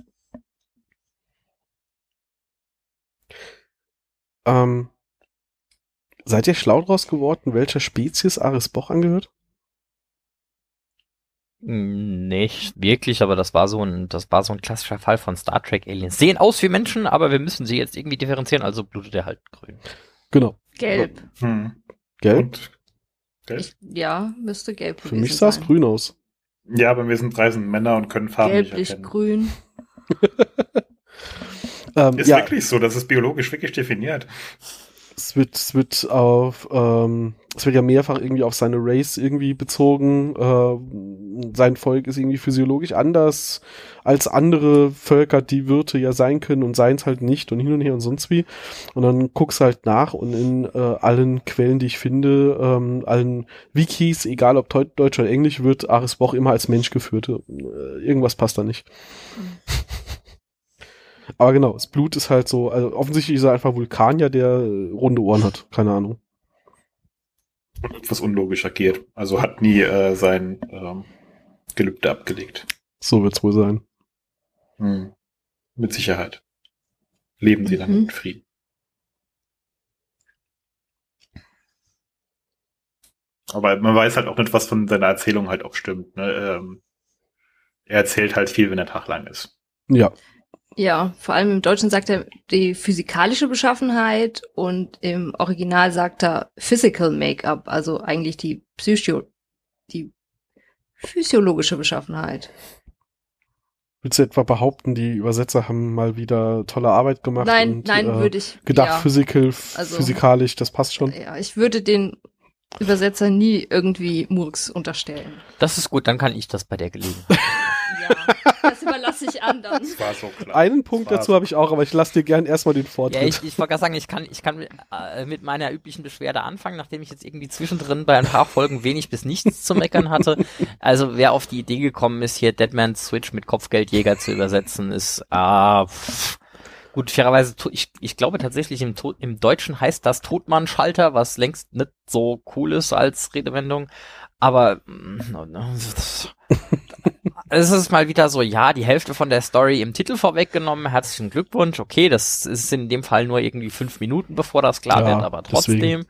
Seid ihr schlau draus geworden, welcher Spezies Aris Boch angehört?
Nicht wirklich, aber das war so ein klassischer Fall von Star Trek Aliens. Sehen aus wie Menschen, aber wir müssen sie jetzt irgendwie differenzieren, also blutet er halt grün.
Genau.
Gelb.
Gelb?
Gelb?
Müsste gelb
Für mich sah es grün aus.
Ja, aber wir sind 3 Männer und können Farben nicht
Gelblich,
erkennen.
grün.
Ist wirklich so, das ist biologisch wirklich definiert.
Es wird ja mehrfach irgendwie auf seine Race irgendwie bezogen. Sein Volk ist irgendwie physiologisch anders als andere Völker, die Wirte ja sein können und seins halt nicht und hin und her und sonst wie. Und dann guckst halt nach und in allen Quellen, die ich finde, allen Wikis, egal ob Deutsch oder Englisch, wird Aris Boch immer als Mensch geführt. Irgendwas passt da nicht. Aber genau, das Blut ist halt so, also offensichtlich ist er einfach Vulkanier, der runde Ohren hat. Keine Ahnung.
Und etwas unlogisch agiert. Also hat nie sein Gelübde abgelegt.
So wird's wohl sein.
Mit Sicherheit. Leben sie dann in Frieden. Aber man weiß halt auch nicht, was von seiner Erzählung halt auch stimmt. Ne? Er erzählt halt viel, wenn der Tag lang ist.
Ja.
Ja, vor allem im Deutschen sagt er die physikalische Beschaffenheit und im Original sagt er Physical Make-up, also eigentlich die physiologische Beschaffenheit.
Willst du etwa behaupten, die Übersetzer haben mal wieder tolle Arbeit gemacht?
Nein, würde ich.
Gedacht, physikalisch, das passt schon.
Ja, ich würde den Übersetzer nie irgendwie Murks unterstellen.
Das ist gut, dann kann ich das bei der Gelegenheit.
Ja, das überlasse ich anderen.
Das war so klar.
Einen Punkt dazu habe ich auch, aber ich lasse dir gern erstmal den Vortritt.
Ja, ich wollte gerade sagen, ich kann mit meiner üblichen Beschwerde anfangen, nachdem ich jetzt irgendwie zwischendrin bei ein paar Folgen wenig bis nichts zu meckern hatte. Also wer auf die Idee gekommen ist, hier Deadman's Switch mit Kopfgeldjäger zu übersetzen, ist gut, fairerweise, ich glaube tatsächlich im Deutschen heißt das Todmannschalter, was längst nicht so cool ist als Redewendung, aber es ist mal wieder so, ja, die Hälfte von der Story im Titel vorweggenommen, herzlichen Glückwunsch, okay, das ist in dem Fall nur irgendwie 5 Minuten, bevor das klar wird, aber trotzdem. Deswegen.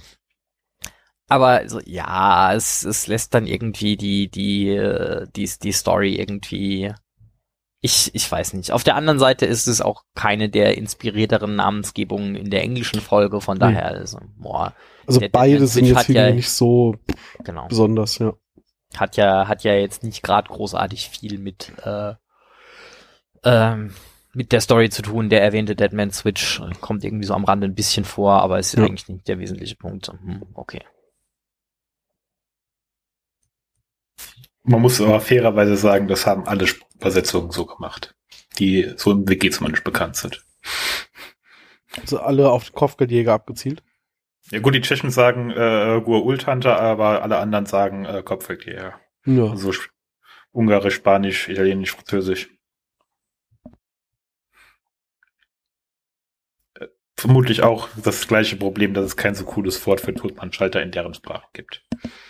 Aber so, ja, es lässt dann irgendwie die Story irgendwie, ich weiß nicht. Auf der anderen Seite ist es auch keine der inspirierteren Namensgebungen in der englischen Folge, von daher, also
beide sind jetzt hier nicht so besonders, ja.
Hat ja jetzt nicht gerade großartig viel mit der Story zu tun. Der erwähnte Deadman's Switch kommt irgendwie so am Rande ein bisschen vor, aber ist eigentlich nicht der wesentliche Punkt. Okay.
Man muss aber fairerweise sagen, das haben alle Übersetzungen so gemacht, die so im Wiki zumindest bekannt sind.
Also alle auf den Kopfgeldjäger abgezielt?
Ja gut, die Tschechen sagen Gur-Ult-Hunter, aber alle anderen sagen Kopfgeldjäger. Ja. Also Ungarisch, Spanisch, Italienisch, Französisch. Vermutlich auch das gleiche Problem, dass es kein so cooles Wort für Todmannschalter in deren Sprache gibt.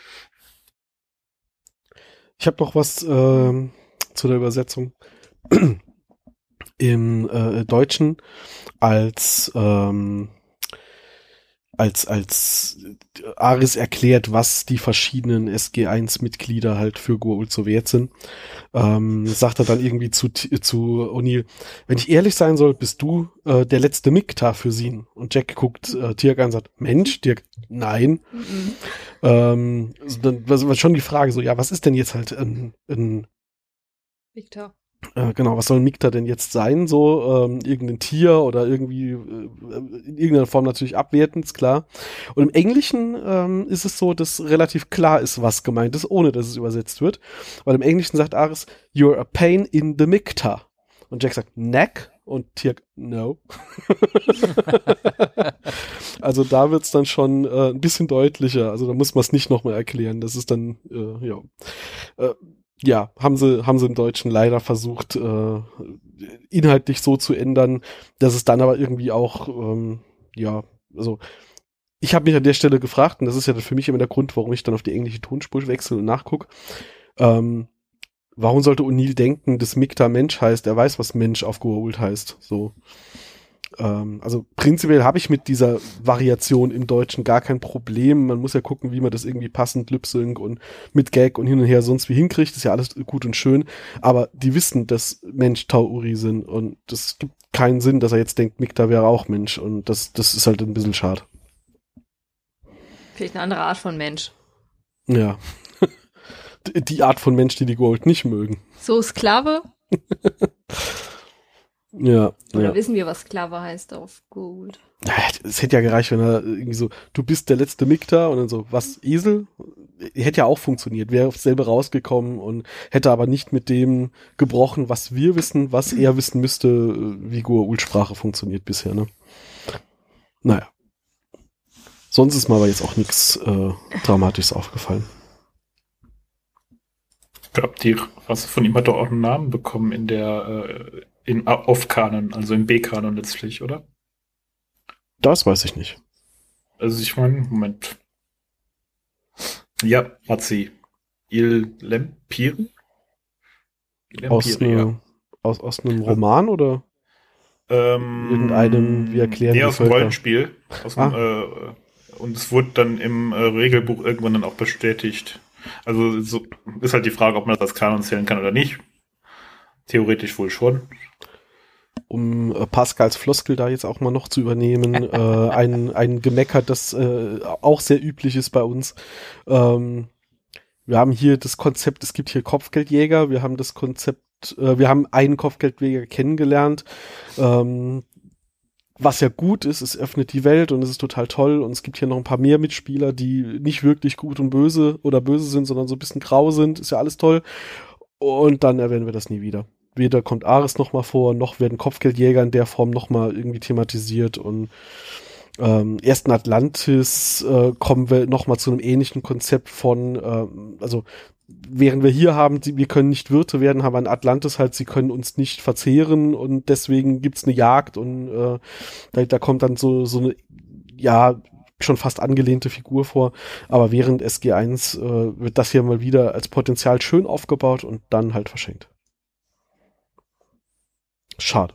Ich habe noch was zu der Übersetzung. Im Deutschen als Aris erklärt, was die verschiedenen SG1-Mitglieder halt für Gur-Ult so wert sind, sagt er dann irgendwie zu O'Neill, wenn ich ehrlich sein soll, bist du der letzte Mikta für sie. Und Jack guckt Tirk an und sagt, Mensch, Tirk, nein. Dann war schon die Frage so, ja, was ist denn jetzt halt ein
Mikta?
Genau, was soll ein Mikta denn jetzt sein? So, irgendein Tier oder irgendwie in irgendeiner Form natürlich abwertend, ist klar. Und im Englischen ist es so, dass relativ klar ist, was gemeint ist, ohne dass es übersetzt wird. Weil im Englischen sagt Aris, you're a pain in the Mikta. Und Jack sagt, neck. Und Tirk, no. Also da wird's dann schon ein bisschen deutlicher. Also da muss man es nicht nochmal erklären. Das ist dann, ja, haben sie im Deutschen leider versucht, inhaltlich so zu ändern, dass es dann aber irgendwie auch, also ich habe mich an der Stelle gefragt, und das ist ja für mich immer der Grund, warum ich dann auf die englische Tonspur wechsle und nachgucke, warum sollte O'Neill denken, dass Mikta Mensch heißt? Er weiß, was Mensch auf Gur-Ult heißt. So. Also prinzipiell habe ich mit dieser Variation im Deutschen gar kein Problem. Man muss ja gucken, wie man das irgendwie passend Lip-Sync und mit Gag und hin und her sonst wie hinkriegt. Das ist ja alles gut und schön. Aber die wissen, dass Mensch Tauri sind und das gibt keinen Sinn, dass er jetzt denkt, Mikta wäre auch Mensch und das ist halt ein bisschen schade.
Vielleicht eine andere Art von Mensch.
Ja. Die Art von Mensch, die Goa'uld nicht mögen.
So Sklave?
Ja.
Oder wissen wir, was Sklave heißt auf Goa'uld?
Ja, es hätte ja gereicht, wenn er irgendwie so, du bist der letzte Mikta und dann so, was, Esel? Hätte ja auch funktioniert, wäre aufs selbe rausgekommen und hätte aber nicht mit dem gebrochen, was wir wissen, was er wissen müsste, wie Goa'uld-Sprache funktioniert bisher, ne? Naja. Sonst ist mir aber jetzt auch nichts Dramatisches aufgefallen.
Ich glaube, was von ihm hat doch auch einen Namen bekommen in der in Off-Kanon, also im B-Kanon letztlich, oder?
Das weiß ich nicht.
Also ich meine, Moment. Ja, hat sie. Il Lempire?
Aus einem Roman oder irgendeinem, wir erklären
nee,
die
aus dem
Völker.
Rollenspiel. Und es wurde dann im Regelbuch irgendwann dann auch bestätigt. Also so ist halt die Frage, ob man das als Kanon zählen kann oder nicht. Theoretisch wohl schon.
Um Pascals Floskel da jetzt auch mal noch zu übernehmen, ein Gemecker, das auch sehr üblich ist bei uns. Wir haben hier das Konzept, es gibt hier Kopfgeldjäger, wir haben das Konzept, wir haben einen Kopfgeldjäger kennengelernt, was ja gut ist, es öffnet die Welt und es ist total toll und es gibt hier noch ein paar mehr Mitspieler, die nicht wirklich gut und böse oder böse sind, sondern so ein bisschen grau sind, ist ja alles toll. Und dann erwähnen wir das nie wieder. Weder kommt Ares nochmal vor, noch werden Kopfgeldjäger in der Form nochmal irgendwie thematisiert und erst in Atlantis kommen wir nochmal zu einem ähnlichen Konzept von, also während wir hier haben, wir können nicht Wirte werden, haben wir in Atlantis halt, sie können uns nicht verzehren und deswegen gibt's eine Jagd und da kommt dann so eine, ja, schon fast angelehnte Figur vor, aber während SG1 wird das hier mal wieder als Potenzial schön aufgebaut und dann halt verschenkt. Schade.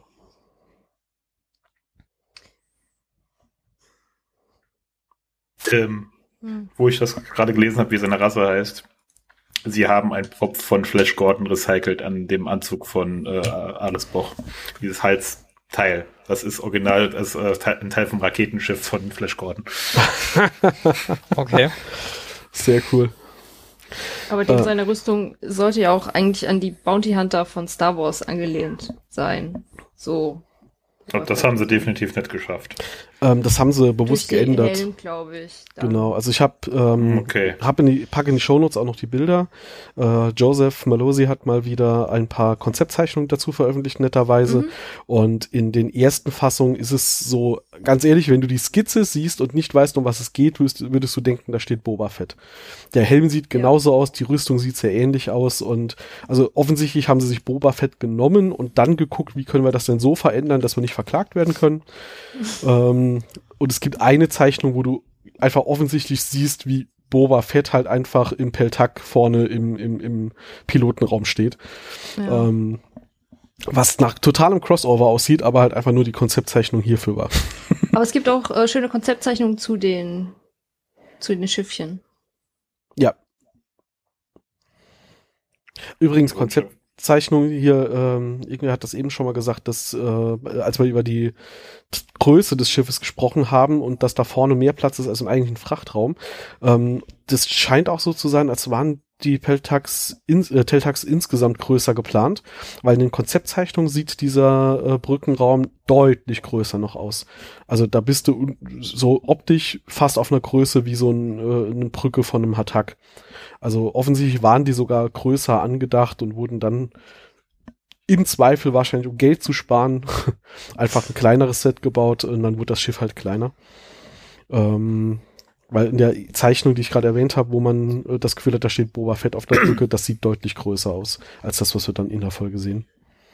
Wo ich das gerade gelesen habe, wie seine Rasse heißt. Sie haben einen Propf von Flash Gordon recycelt an dem Anzug von Ares Boch. Dieses Halsteil. Das ist original, das ist ein Teil vom Raketenschiff von Flash Gordon.
Okay.
Sehr cool.
Aber seine Rüstung sollte ja auch eigentlich an die Bounty Hunter von Star Wars angelehnt sein. So.
Und das haben sie definitiv nicht geschafft.
Das haben sie bewusst geändert.
Helm, glaube ich.
Genau, also ich habe packe in die Shownotes auch noch die Bilder. Joseph Malosi hat mal wieder ein paar Konzeptzeichnungen dazu veröffentlicht, netterweise. Und in den ersten Fassungen ist es so, ganz ehrlich, wenn du die Skizze siehst und nicht weißt, um was es geht, würdest du denken, da steht Boba Fett. Der Helm sieht genauso aus, die Rüstung sieht sehr ähnlich aus und also offensichtlich haben sie sich Boba Fett genommen und dann geguckt, wie können wir das denn so verändern, dass wir nicht verklagt werden können. Und es gibt eine Zeichnung, wo du einfach offensichtlich siehst, wie Boba Fett halt einfach im Peltak vorne im Pilotenraum steht. Ja. Was nach totalem Crossover aussieht, aber halt einfach nur die Konzeptzeichnung hierfür war.
Aber es gibt auch schöne Konzeptzeichnungen zu den Schiffchen.
Ja. Übrigens, Konzeptzeichnung hier, irgendwer hat das eben schon mal gesagt, dass als wir über die Größe des Schiffes gesprochen haben und dass da vorne mehr Platz ist als im eigentlichen Frachtraum, das scheint auch so zu sein, als waren die Teltax insgesamt größer geplant, weil in den Konzeptzeichnungen sieht dieser Brückenraum deutlich größer noch aus. Also da bist du so optisch fast auf einer Größe wie so eine Brücke von einem Hatak. Also offensichtlich waren die sogar größer angedacht und wurden dann im Zweifel wahrscheinlich, um Geld zu sparen, einfach ein kleineres Set gebaut und dann wurde das Schiff halt kleiner. Weil in der Zeichnung, die ich gerade erwähnt habe, wo man das Gefühl hat, da steht Boba Fett auf der Brücke, das sieht deutlich größer aus, als das, was wir dann in der Folge sehen.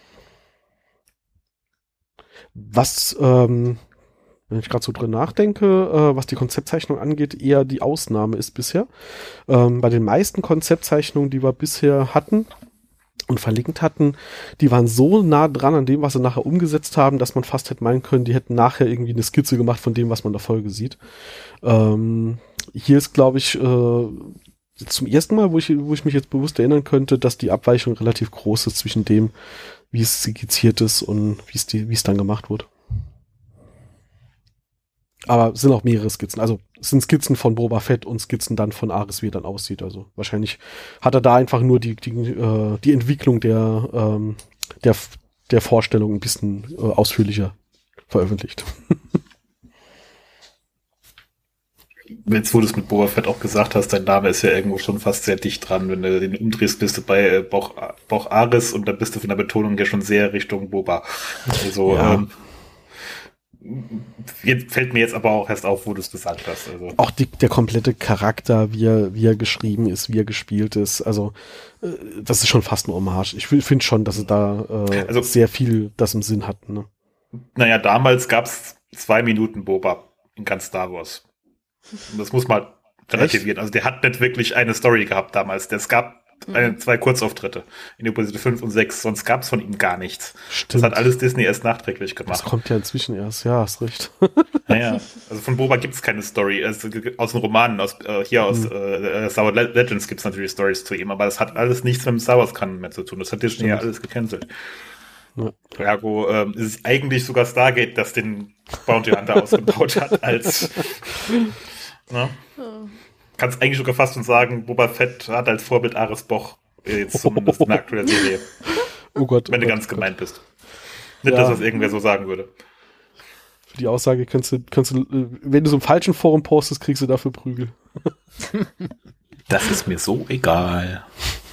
Was, wenn ich gerade so drin nachdenke, was die Konzeptzeichnung angeht, eher die Ausnahme ist bisher. Bei den meisten Konzeptzeichnungen, die wir bisher hatten und verlinkt hatten, die waren so nah dran an dem, was sie nachher umgesetzt haben, dass man fast hätte meinen können, die hätten nachher irgendwie eine Skizze gemacht von dem, was man in der Folge sieht. Hier ist, glaube ich, zum ersten Mal, wo ich mich jetzt bewusst erinnern könnte, dass die Abweichung relativ groß ist zwischen dem, wie es skizziert ist und wie es dann gemacht wurde. Aber es sind auch mehrere Skizzen. Also es sind Skizzen von Boba Fett und Skizzen dann von Ares, wie er dann aussieht. Also wahrscheinlich hat er da einfach nur die Entwicklung der Vorstellung ein bisschen ausführlicher veröffentlicht.
Jetzt, wo du es mit Boba Fett auch gesagt hast, dein Name ist ja irgendwo schon fast sehr dicht dran. Wenn du den umdrehst, bist du bei Bauch Ares und dann bist du von der Betonung ja schon sehr Richtung Boba. Also,
ja.
Fällt mir jetzt aber auch erst auf, wo du es gesagt hast. Also.
Auch der komplette Charakter, wie er geschrieben ist, wie er gespielt ist, also das ist schon fast ein Hommage. Ich finde schon, dass es da sehr viel das im Sinn hat. Ne?
Naja, damals gab es 2 Minuten Boba in ganz Star Wars. Und das muss man relativieren. Also der hat nicht wirklich eine Story gehabt damals. Es gab 2 Kurzauftritte in Episode 5 und 6, sonst gab es von ihm gar nichts.
Stimmt.
Das hat alles Disney erst nachträglich gemacht.
Das kommt ja inzwischen erst, ja, hast recht.
Naja, also von Boba gibt es keine Story. Also aus den Romanen, aus Star Wars Legends gibt es natürlich Stories zu ihm, aber das hat alles nichts mit dem Star Wars Canon mehr zu tun. Das hat Disney ja alles gecancelt. Ja. Ergo ist es eigentlich sogar Stargate, das den Bounty Hunter ausgebaut hat, als kannst eigentlich sogar fast schon sagen, Boba Fett hat als Vorbild Ares Boch, jetzt zumindest in der aktuellen Serie.
Oh Gott.
Wenn du ganz gemeint bist. Nicht, dass das irgendwer so sagen würde.
Für die Aussage kannst du, wenn du so im falschen Forum postest, kriegst du dafür Prügel.
Das ist mir so egal.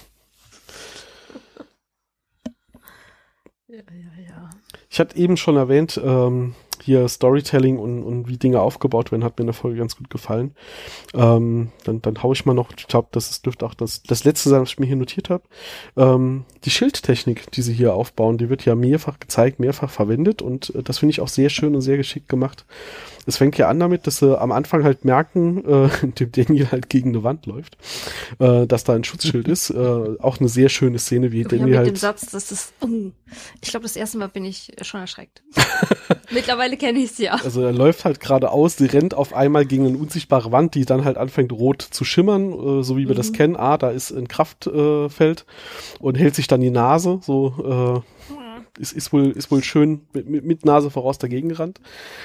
Ja.
Ich hatte eben schon erwähnt, hier Storytelling und wie Dinge aufgebaut werden, hat mir in der Folge ganz gut gefallen. Dann hau ich mal noch, ich glaube, das dürfte auch das letzte sein, was ich mir hier notiert habe. Die Schildtechnik, die sie hier aufbauen, die wird ja mehrfach gezeigt, mehrfach verwendet und das finde ich auch sehr schön und sehr geschickt gemacht. Es fängt ja an damit, dass sie am Anfang halt merken, indem Daniel halt gegen eine Wand läuft, dass da ein Schutzschild ist. Auch eine sehr schöne Szene, wie Daniel
mit
halt...
dem Satz, das ist... ich glaube, das erste Mal bin ich schon erschreckt. Mittlerweile kenne ich es ja.
Also er läuft halt geradeaus, die rennt auf einmal gegen eine unsichtbare Wand, die dann halt anfängt rot zu schimmern, so wie wir das kennen. Da ist ein Kraftfeld und hält sich dann die Nase, so... Ist wohl schön mit Nase voraus dagegen gerannt.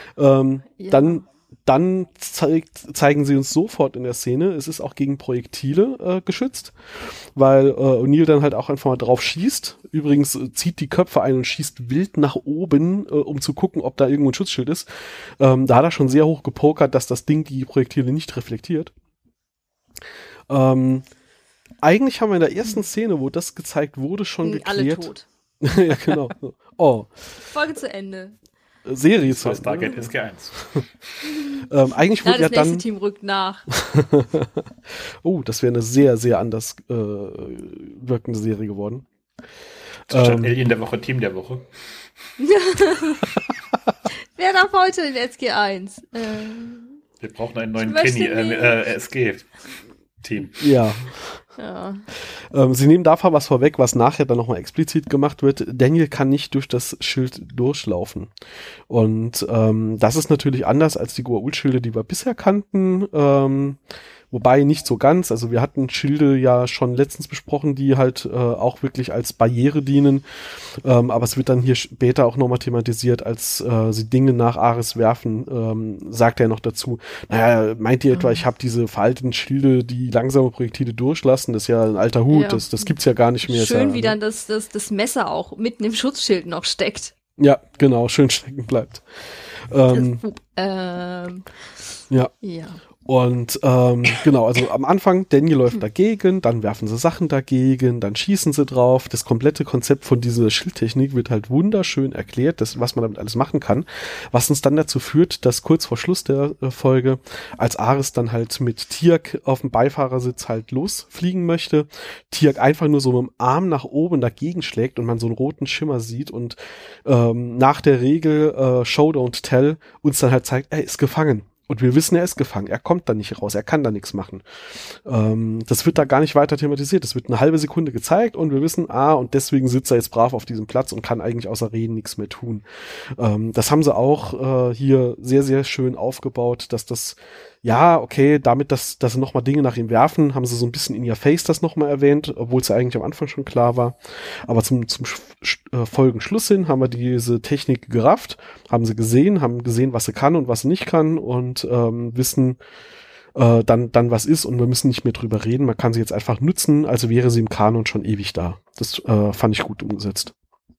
Dann zeigen sie uns sofort in der Szene, es ist auch gegen Projektile geschützt, weil O'Neill dann halt auch einfach mal drauf schießt. Übrigens zieht die Köpfe ein und schießt wild nach oben, um zu gucken, ob da irgendwo ein Schutzschild ist. Da hat er schon sehr hoch gepokert, dass das Ding die Projektile nicht reflektiert. Eigentlich haben wir in der ersten Szene, wo das gezeigt wurde, schon geklärt.
Alle tot.
Ja, genau. Oh.
Folge zu Ende.
Serie zu Ende.
Stargate SG1.
Eigentlich wurde
das
ja
nächste Team rückt nach.
Oh, das wäre eine sehr, sehr anders wirkende Serie geworden.
Statt Alien der Woche, Team der Woche.
Wer darf heute in SG1?
Wir brauchen einen neuen Kenny, SG-Team.
Ja. Sie nehmen davon was vorweg, was nachher dann nochmal explizit gemacht wird. Daniel kann nicht durch das Schild durchlaufen. Und das ist natürlich anders als die Goa'uld-Schilde, die wir bisher kannten. Wobei nicht so ganz. Also wir hatten Schilde ja schon letztens besprochen, die halt auch wirklich als Barriere dienen. Aber es wird dann hier später auch nochmal thematisiert, als sie Dinge nach Ares werfen, sagt er noch dazu, naja, meint ihr etwa, ich habe diese veralteten Schilde, die langsame Projektile durchlassen? Das ist ja ein alter Hut, ja. Das gibt's ja gar nicht mehr.
Schön,
ja,
wie dann das Messer auch mitten im Schutzschild noch steckt.
Ja, genau, schön stecken bleibt. Ja. Und genau, also am Anfang, Daniel läuft dagegen, dann werfen sie Sachen dagegen, dann schießen sie drauf. Das komplette Konzept von dieser Schildtechnik wird halt wunderschön erklärt, was man damit alles machen kann. Was uns dann dazu führt, dass kurz vor Schluss der Folge, als Ares dann halt mit Tiak auf dem Beifahrersitz halt losfliegen möchte, Tiak einfach nur so mit dem Arm nach oben dagegen schlägt und man so einen roten Schimmer sieht und nach der Regel Show Don't Tell uns dann halt zeigt, er ist gefangen. Und wir wissen, er ist gefangen. Er kommt da nicht raus. Er kann da nichts machen. Das wird da gar nicht weiter thematisiert. Das wird eine halbe Sekunde gezeigt und wir wissen, und deswegen sitzt er jetzt brav auf diesem Platz und kann eigentlich außer reden nichts mehr tun. Das haben sie auch hier sehr, sehr schön aufgebaut, dass das ja, okay, damit, dass sie nochmal Dinge nach ihm werfen, haben sie so ein bisschen in your face das nochmal erwähnt, obwohl es ja eigentlich am Anfang schon klar war. Aber zum Folgenschluss hin haben wir diese Technik gerafft, haben gesehen, was sie kann und was sie nicht kann und wissen dann was ist und wir müssen nicht mehr drüber reden. Man kann sie jetzt einfach nutzen, also wäre sie im Kanon schon ewig da. Das fand ich gut umgesetzt.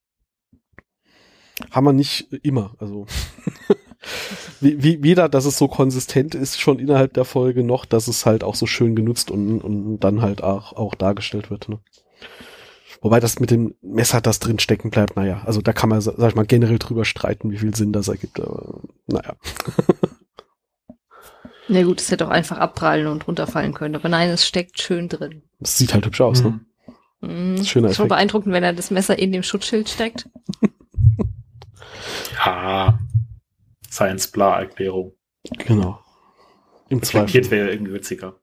Haben wir nicht immer, also weder, dass es so konsistent ist schon innerhalb der Folge, noch, dass es halt auch so schön genutzt und dann halt auch dargestellt wird. Ne? Wobei das mit dem Messer, das drin stecken bleibt, naja, also da kann man, sag ich mal, generell drüber streiten, wie viel Sinn das ergibt, aber naja.
Na gut, es hätte auch einfach abprallen und runterfallen können, aber nein, es steckt schön drin.
Es sieht halt hübsch aus, ne? Schöner Effekt.
Schon beeindruckend, wenn er das Messer in dem Schutzschild steckt.
Ja, Science-Bla-Erklärung.
Genau. Im
Zweifel wäre ja irgendwie witziger.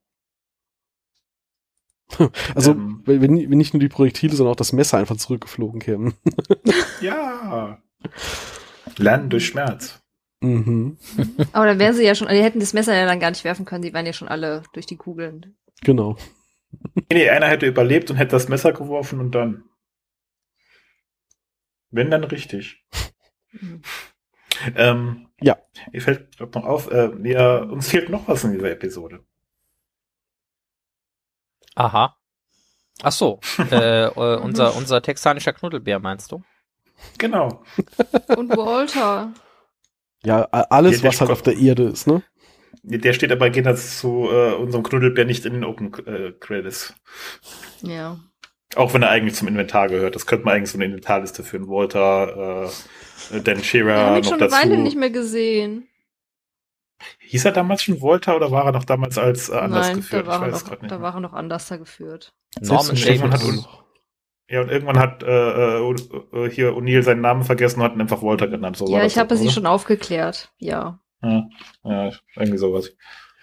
Also, wenn nicht nur die Projektile, sondern auch das Messer einfach zurückgeflogen kämen.
Ja. Lernen durch Schmerz.
Mhm.
Aber dann wären sie ja schon, die hätten das Messer ja dann gar nicht werfen können, sie wären ja schon alle durch die Kugeln.
Genau.
Nee, einer hätte überlebt und hätte das Messer geworfen und dann. Wenn, dann richtig.
Mhm.
Ja. Mir fällt noch auf, uns fehlt noch was in dieser Episode.
Aha. Ach so, unser texanischer Knuddelbär, meinst du?
Genau.
Und Walter.
Ja, alles, was halt auf der Erde ist, ne?
Der steht aber jedenfalls zu unserem Knuddelbär nicht in den Open Credits.
Ja.
Auch wenn er eigentlich zum Inventar gehört. Das könnte man eigentlich so eine Inventarliste führen. Walter, Dan Shearer
Wir haben ihn
noch
schon
dazu.
eine Weile nicht mehr gesehen.
Hieß er damals schon Walter oder war er noch damals als anders
Nein,
geführt?
da war er noch anders geführt.
Norman David.
Ja, und irgendwann hat hier O'Neill seinen Namen vergessen und hat ihn einfach Walter genannt. So
ja, ich habe sie schon aufgeklärt, ja.
Ja, irgendwie sowas.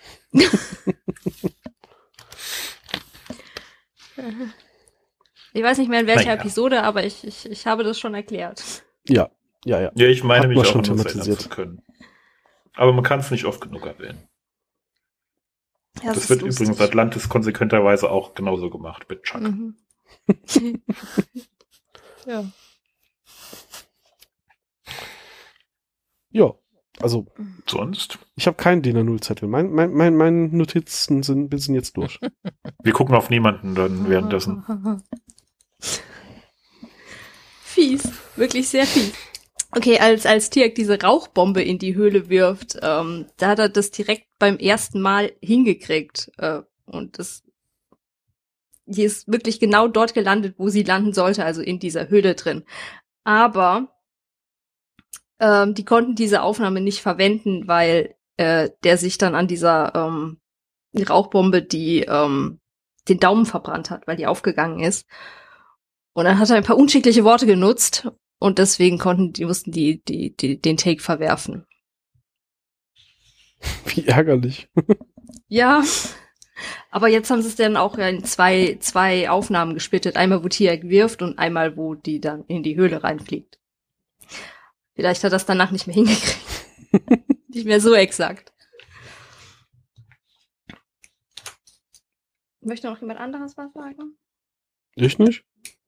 Ich weiß nicht mehr in welcher Episode, aber ich habe das schon erklärt.
Ja.
Ja, ich meine mich auch
schon
schon thematisiert zu können. Aber man kann es nicht oft genug erwähnen. Ja, das wird lustig. Übrigens Atlantis konsequenterweise auch genauso gemacht mit Chuck.
Mhm. Ja.
Ja, also.
Sonst?
Ich habe keinen DIN A0-Zettel. Meine Notizen sind jetzt durch.
Wir gucken auf niemanden dann währenddessen.
Fies. Wirklich sehr fies. Okay, als Tiak diese Rauchbombe in die Höhle wirft, da hat er das direkt beim ersten Mal hingekriegt. Und die ist wirklich genau dort gelandet, wo sie landen sollte, also in dieser Höhle drin. Aber die konnten diese Aufnahme nicht verwenden, weil der sich dann an dieser Rauchbombe den Daumen verbrannt hat, weil die aufgegangen ist. Und dann hat er ein paar unschickliche Worte genutzt und deswegen mussten die den Take verwerfen.
Wie ärgerlich.
Ja. Aber jetzt haben sie es dann auch in zwei Aufnahmen gesplittet. Einmal, wo Tiak wirft und einmal, wo die dann in die Höhle reinfliegt. Vielleicht hat er das danach nicht mehr hingekriegt. Nicht mehr so exakt. Möchte noch jemand anderes was sagen?
Ich nicht?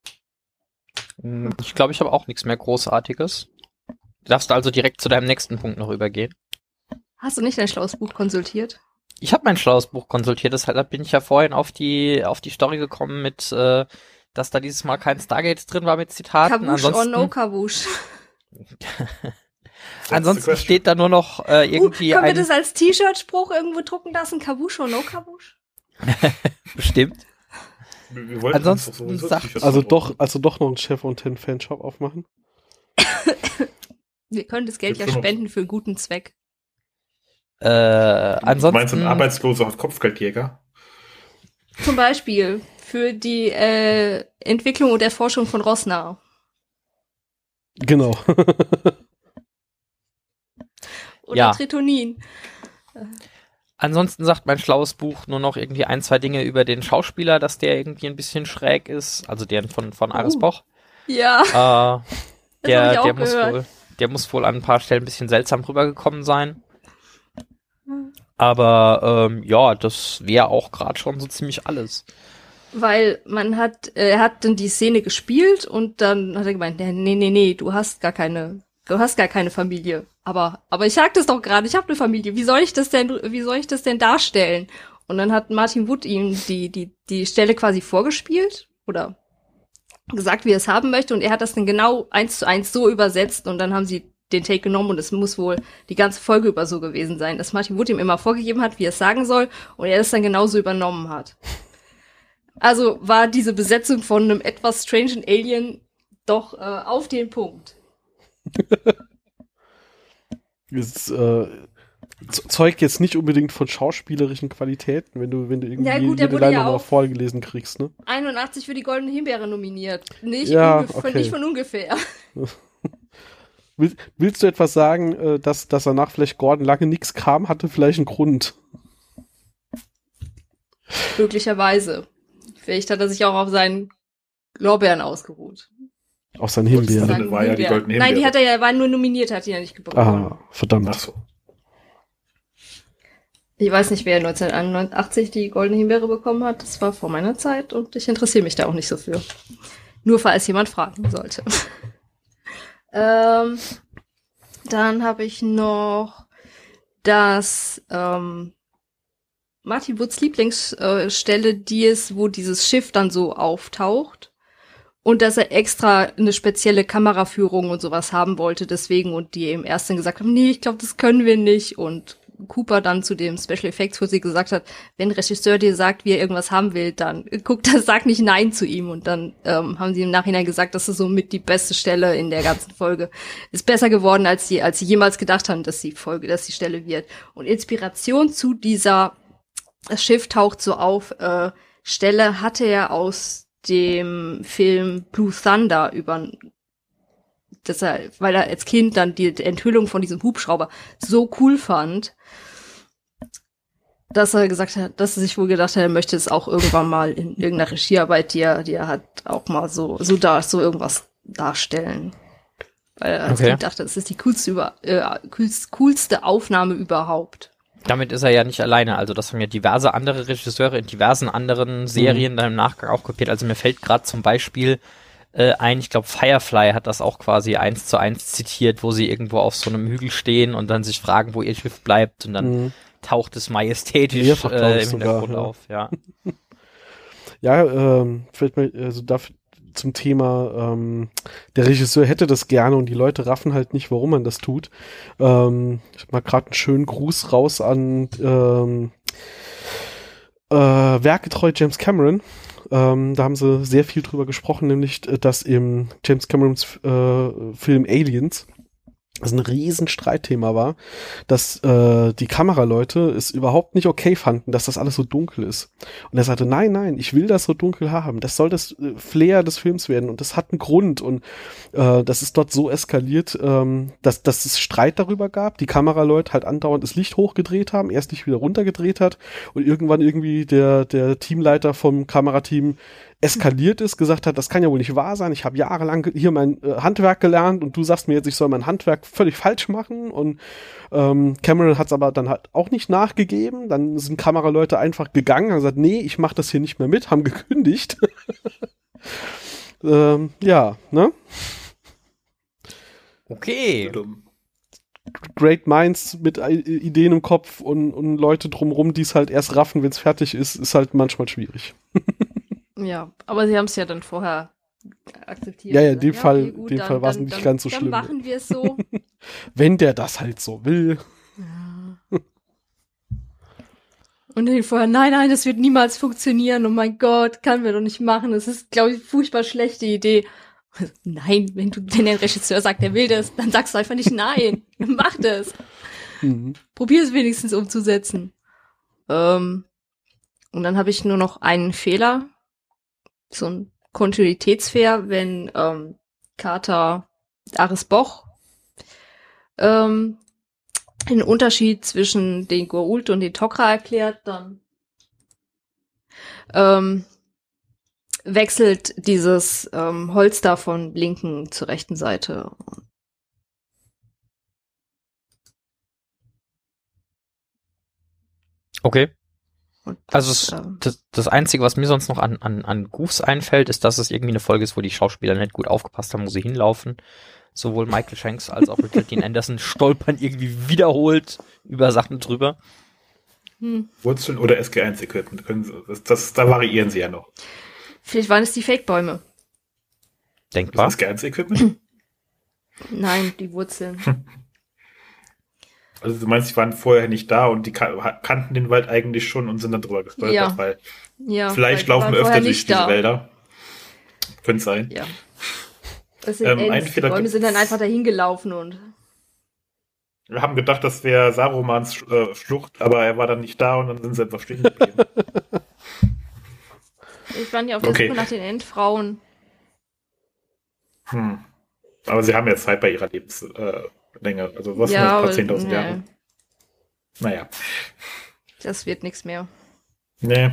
Ich glaube, ich habe auch nichts mehr Großartiges. Du darfst also direkt zu deinem nächsten Punkt noch übergehen.
Hast du nicht dein schlaues Buch konsultiert?
Ich habe mein schlaues Buch konsultiert, deshalb bin ich ja vorhin auf die Story gekommen mit, dass da dieses Mal kein Stargate drin war mit Zitaten.
Kabush or no Kabush.
Ansonsten steht da nur noch irgendwie
können wir das als T-Shirt-Spruch irgendwo drucken lassen? Kabush or no Kabush?
Bestimmt. Ansonsten sagt
also doch noch einen Chef und 10 Fanshop aufmachen.
Wir können das Geld ja spenden für einen guten Zweck.
Ansonsten.
Meinst du ein arbeitsloser Kopfgeldjäger?
Zum Beispiel für die Entwicklung und Erforschung von Rosnar.
Genau.
Oder Tritonin.
Ansonsten sagt mein schlaues Buch nur noch irgendwie 1, 2 Dinge über den Schauspieler, dass der irgendwie ein bisschen schräg ist. Also der von Aris Boch.
Ja.
Der muss wohl an ein paar Stellen ein bisschen seltsam rübergekommen sein. Aber ja, das wäre auch gerade schon so ziemlich alles.
Weil er hat dann die Szene gespielt und dann hat er gemeint, nee, du hast gar keine Familie. Aber ich sag das doch gerade, ich habe eine Familie. Wie soll ich das denn darstellen? Und dann hat Martin Wood ihm die Stelle quasi vorgespielt oder gesagt, wie er es haben möchte, und er hat das dann genau 1:1 so übersetzt, und dann haben sie den Take genommen, und es muss wohl die ganze Folge über so gewesen sein, dass Martin Wood ihm immer vorgegeben hat, wie er es sagen soll, und er es dann genauso übernommen hat. Also war diese Besetzung von einem etwas strangen Alien doch auf den Punkt.
Es zeugt jetzt nicht unbedingt von schauspielerischen Qualitäten, wenn du irgendwie jede Line nochmal vorgelesen kriegst, ne?
81 für die Goldene Himbeere nominiert. Nicht von ungefähr.
Willst du etwas sagen, dass danach vielleicht Gordon lange nichts kam, hatte vielleicht einen Grund?
Möglicherweise. Vielleicht hat er sich auch auf seinen Lorbeeren ausgeruht.
Auf seinen Himbeeren?
Das war ja die Goldene Himbeere.
Nein, er war nur nominiert, hat ihn ja nicht bekommen.
Ah, verdammt.
Ach so.
Ich weiß nicht, wer 1981 die Goldene Himbeere bekommen hat. Das war vor meiner Zeit und ich interessiere mich da auch nicht so für. Nur falls jemand fragen sollte. Dann habe ich noch das Martin Woods Lieblingsstelle, wo dieses Schiff dann so auftaucht. Und dass er extra eine spezielle Kameraführung und sowas haben wollte, deswegen, und die ihm erst dann gesagt haben, nee, ich glaube, das können wir nicht. Und Cooper dann zu dem Special Effects, wo sie gesagt hat, wenn ein Regisseur dir sagt, wie er irgendwas haben will, dann sag nicht Nein zu ihm. Und dann haben sie im Nachhinein gesagt, das ist somit die beste Stelle in der ganzen Folge. Ist besser geworden, als sie jemals gedacht haben, dass die Stelle wird. Und Inspiration zu dieser das Schiff taucht so auf Stelle hatte er aus dem Film Blue Thunder weil er als Kind dann die Enthüllung von diesem Hubschrauber so cool fand, dass er sich wohl gedacht hat, er möchte es auch irgendwann mal in irgendeiner Regiearbeit, die er hat, auch mal so irgendwas darstellen. Weil er als Kind dachte, das ist die coolste Aufnahme überhaupt.
Damit ist er ja nicht alleine, also das haben ja diverse andere Regisseure in diversen anderen Serien dann im Nachgang auch kopiert. Also mir fällt gerade zum Beispiel ein, ich glaube Firefly hat das auch quasi 1:1 zitiert, wo sie irgendwo auf so einem Hügel stehen und dann sich fragen, wo ihr Schiff bleibt, und dann taucht es majestätisch im Hintergrund auf. Ja,
ja, vielleicht mal zum Thema, der Regisseur hätte das gerne und die Leute raffen halt nicht, warum man das tut. Ich hab mal gerade einen schönen Gruß raus an werkgetreu James Cameron. Da haben sie sehr viel drüber gesprochen, nämlich, dass im James Camerons Film Aliens das ein riesen Streitthema war, dass die Kameraleute es überhaupt nicht okay fanden, dass das alles so dunkel ist. Und er sagte, nein, ich will das so dunkel haben. Das soll das Flair des Films werden, und das hat einen Grund. Und das ist dort so eskaliert, dass es Streit darüber gab. Die Kameraleute halt andauernd das Licht hochgedreht haben, erst nicht wieder runtergedreht hat, und irgendwann irgendwie der Teamleiter vom Kamerateam eskaliert ist, gesagt hat, das kann ja wohl nicht wahr sein, ich habe jahrelang hier mein Handwerk gelernt und du sagst mir jetzt, ich soll mein Handwerk völlig falsch machen. Und Cameron hat es aber dann halt auch nicht nachgegeben, dann sind Kameraleute einfach gegangen, haben gesagt, nee, ich mache das hier nicht mehr mit, haben gekündigt. Ja, ne?
Okay.
Great Minds mit Ideen im Kopf und Leute drumrum, die es halt erst raffen, wenn es fertig ist halt manchmal schwierig.
Ja, aber sie haben es ja dann vorher akzeptiert.
Ja, in dem Fall war es nicht ganz so schlimm.
Dann machen wir es so.
Wenn der das halt so will.
Ja. Und dann vorher, nein, das wird niemals funktionieren. Oh mein Gott, können wir doch nicht machen. Das ist, glaube ich, eine furchtbar schlechte Idee. Nein, wenn der Regisseur sagt, er will das, dann sagst du einfach nicht nein. Mach das. Probier es wenigstens umzusetzen. Und dann habe ich nur noch einen Fehler. So ein Kontinuitätsfehler, wenn Carter Aris Boch den Unterschied zwischen den Goa'uld und den Tok'ra erklärt, dann wechselt dieses Holster von linken zur rechten Seite.
Okay.
Und
Also das Einzige, was mir sonst noch an Goofs einfällt, ist, dass es irgendwie eine Folge ist, wo die Schauspieler nicht gut aufgepasst haben, wo sie hinlaufen. Sowohl Michael Shanks als auch Richard Dean Anderson stolpern irgendwie wiederholt über Sachen drüber.
Wurzeln oder SG1-Equipment, da variieren sie ja noch.
Vielleicht waren es die Fake-Bäume.
Denkbar.
Das SG1-Equipment?
Nein, die Wurzeln.
Also du meinst, die waren vorher nicht da und die kannten den Wald eigentlich schon und sind dann drüber gestolpert,
Ja.
weil
Ja,
vielleicht
weil die
laufen
waren
wir öfter
vorher
durch
nicht
diese
da.
Wälder. Könnte sein.
Ja. Das sind
Ein
Elms. Die
Fehler
Bäume
gibt's.
sind dann einfach dahin gelaufen und
Wir haben gedacht, das wäre Sarumans Schlucht, aber er war dann nicht da und dann sind sie einfach stehen geblieben.
ich war ja auf der
Okay.
Suche nach den Endfrauen.
Aber sie haben ja Zeit bei ihrer Lebenslänge. Also was sind
Ja,
das, paar 10.000
nee,
Jahre? Naja.
das wird nichts mehr.
Nee.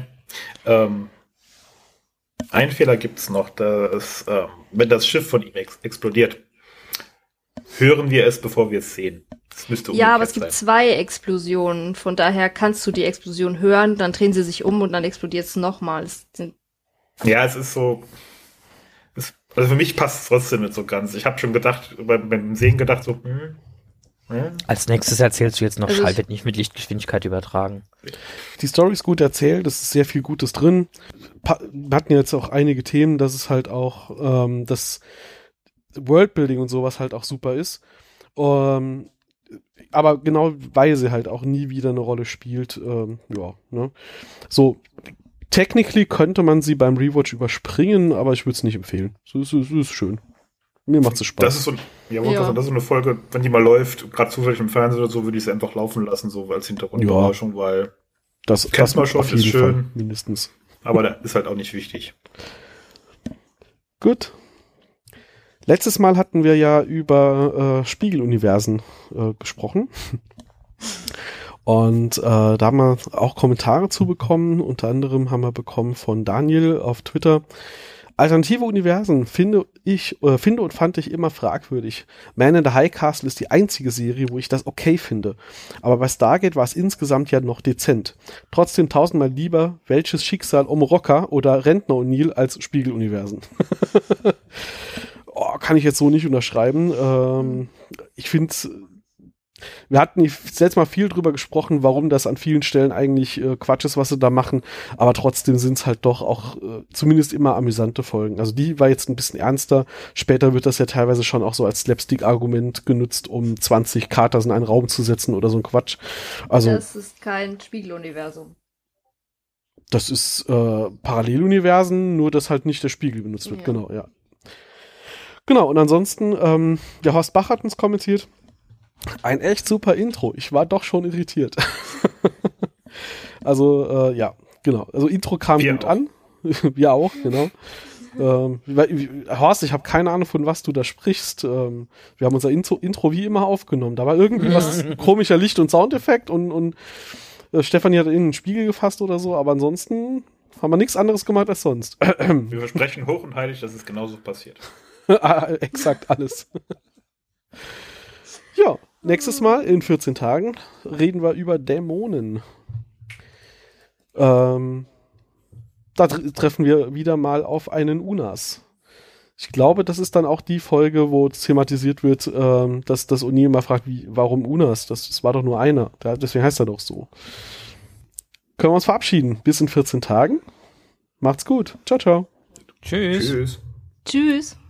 Ein Fehler gibt's noch, dass wenn das Schiff von ihm explodiert, hören wir es, bevor wir es sehen. Das müsste
Ja, aber es
umgekehrt
gibt
sein.
2 Explosionen. Von daher kannst du die Explosion hören, dann drehen sie sich um und dann explodiert es nochmal.
Ja, es ist so. Also für mich passt es trotzdem nicht so ganz. Ich habe schon gedacht, beim Sehen gedacht, so,
Als nächstes erzählst du jetzt noch,
Also
Schall wird nicht mit Lichtgeschwindigkeit übertragen.
Die Story ist gut erzählt, es ist sehr viel Gutes drin. Wir hatten jetzt auch einige Themen, dass es halt auch das Worldbuilding und sowas halt auch super ist. Aber genau, weil sie halt auch nie wieder eine Rolle spielt, ja, ne? So, technically könnte man sie beim Rewatch überspringen, aber ich würde es nicht empfehlen. Es ist schön. Mir macht es Spaß.
das ist so, das ist so eine Folge, wenn die mal läuft, gerade zufällig im Fernsehen oder so, würde ich sie einfach laufen lassen, so als Hintergrundüberraschung, weil
das
kennt man schon,
auf jeden
ist schön.
Fall, mindestens.
aber das ist halt auch nicht wichtig.
Gut. Letztes Mal hatten wir ja über Spiegeluniversen gesprochen. Und da haben wir auch Kommentare zu bekommen. Unter anderem haben wir bekommen von Daniel auf Twitter. Alternative Universen finde und fand ich immer fragwürdig. Man in the High Castle ist die einzige Serie, wo ich das okay finde. Aber bei Stargate war es insgesamt ja noch dezent. Trotzdem tausendmal lieber welches Schicksal um Rocker oder Rentner O'Neill als Spiegeluniversen. Kann ich jetzt so nicht unterschreiben. Ich finde, wir hatten letztes Mal viel drüber gesprochen, warum das an vielen Stellen eigentlich Quatsch ist, was sie da machen, aber trotzdem sind es halt doch auch zumindest immer amüsante Folgen. Also die war jetzt ein bisschen ernster. Später wird das ja teilweise schon auch so als Slapstick-Argument genutzt, um 20 Katas in einen Raum zu setzen oder so ein Quatsch. Also
Das ist kein Spiegeluniversum.
das ist Paralleluniversen, nur dass halt nicht der Spiegel benutzt wird.
Ja.
Genau, ja. Genau, und ansonsten, der Horst Bach hat uns kommentiert, ein echt super Intro. Ich war doch schon irritiert. Also, ja, genau. Also Intro kam
Wir
gut
auch.
an. Wir auch, genau. Horst, ich habe keine Ahnung, von was du da sprichst. Wir haben unser Intro wie immer aufgenommen. Da war irgendwie was komischer Licht- und Soundeffekt und Stefanie hat in den Spiegel gefasst oder so, aber ansonsten haben wir nichts anderes gemacht als sonst.
Wir versprechen hoch und heilig, dass es genauso passiert.
Exakt alles. Ja, nächstes Mal in 14 Tagen reden wir über Dämonen. Da treffen wir wieder mal auf einen Unas. Ich glaube, das ist dann auch die Folge, wo thematisiert wird, dass das O'Neill mal fragt, warum Unas? Das war doch nur einer. Deswegen heißt er doch so. Können wir uns verabschieden. Bis in 14 Tagen. Macht's gut. Ciao, ciao.
Tschüss.
Tschüss.
Tschüss.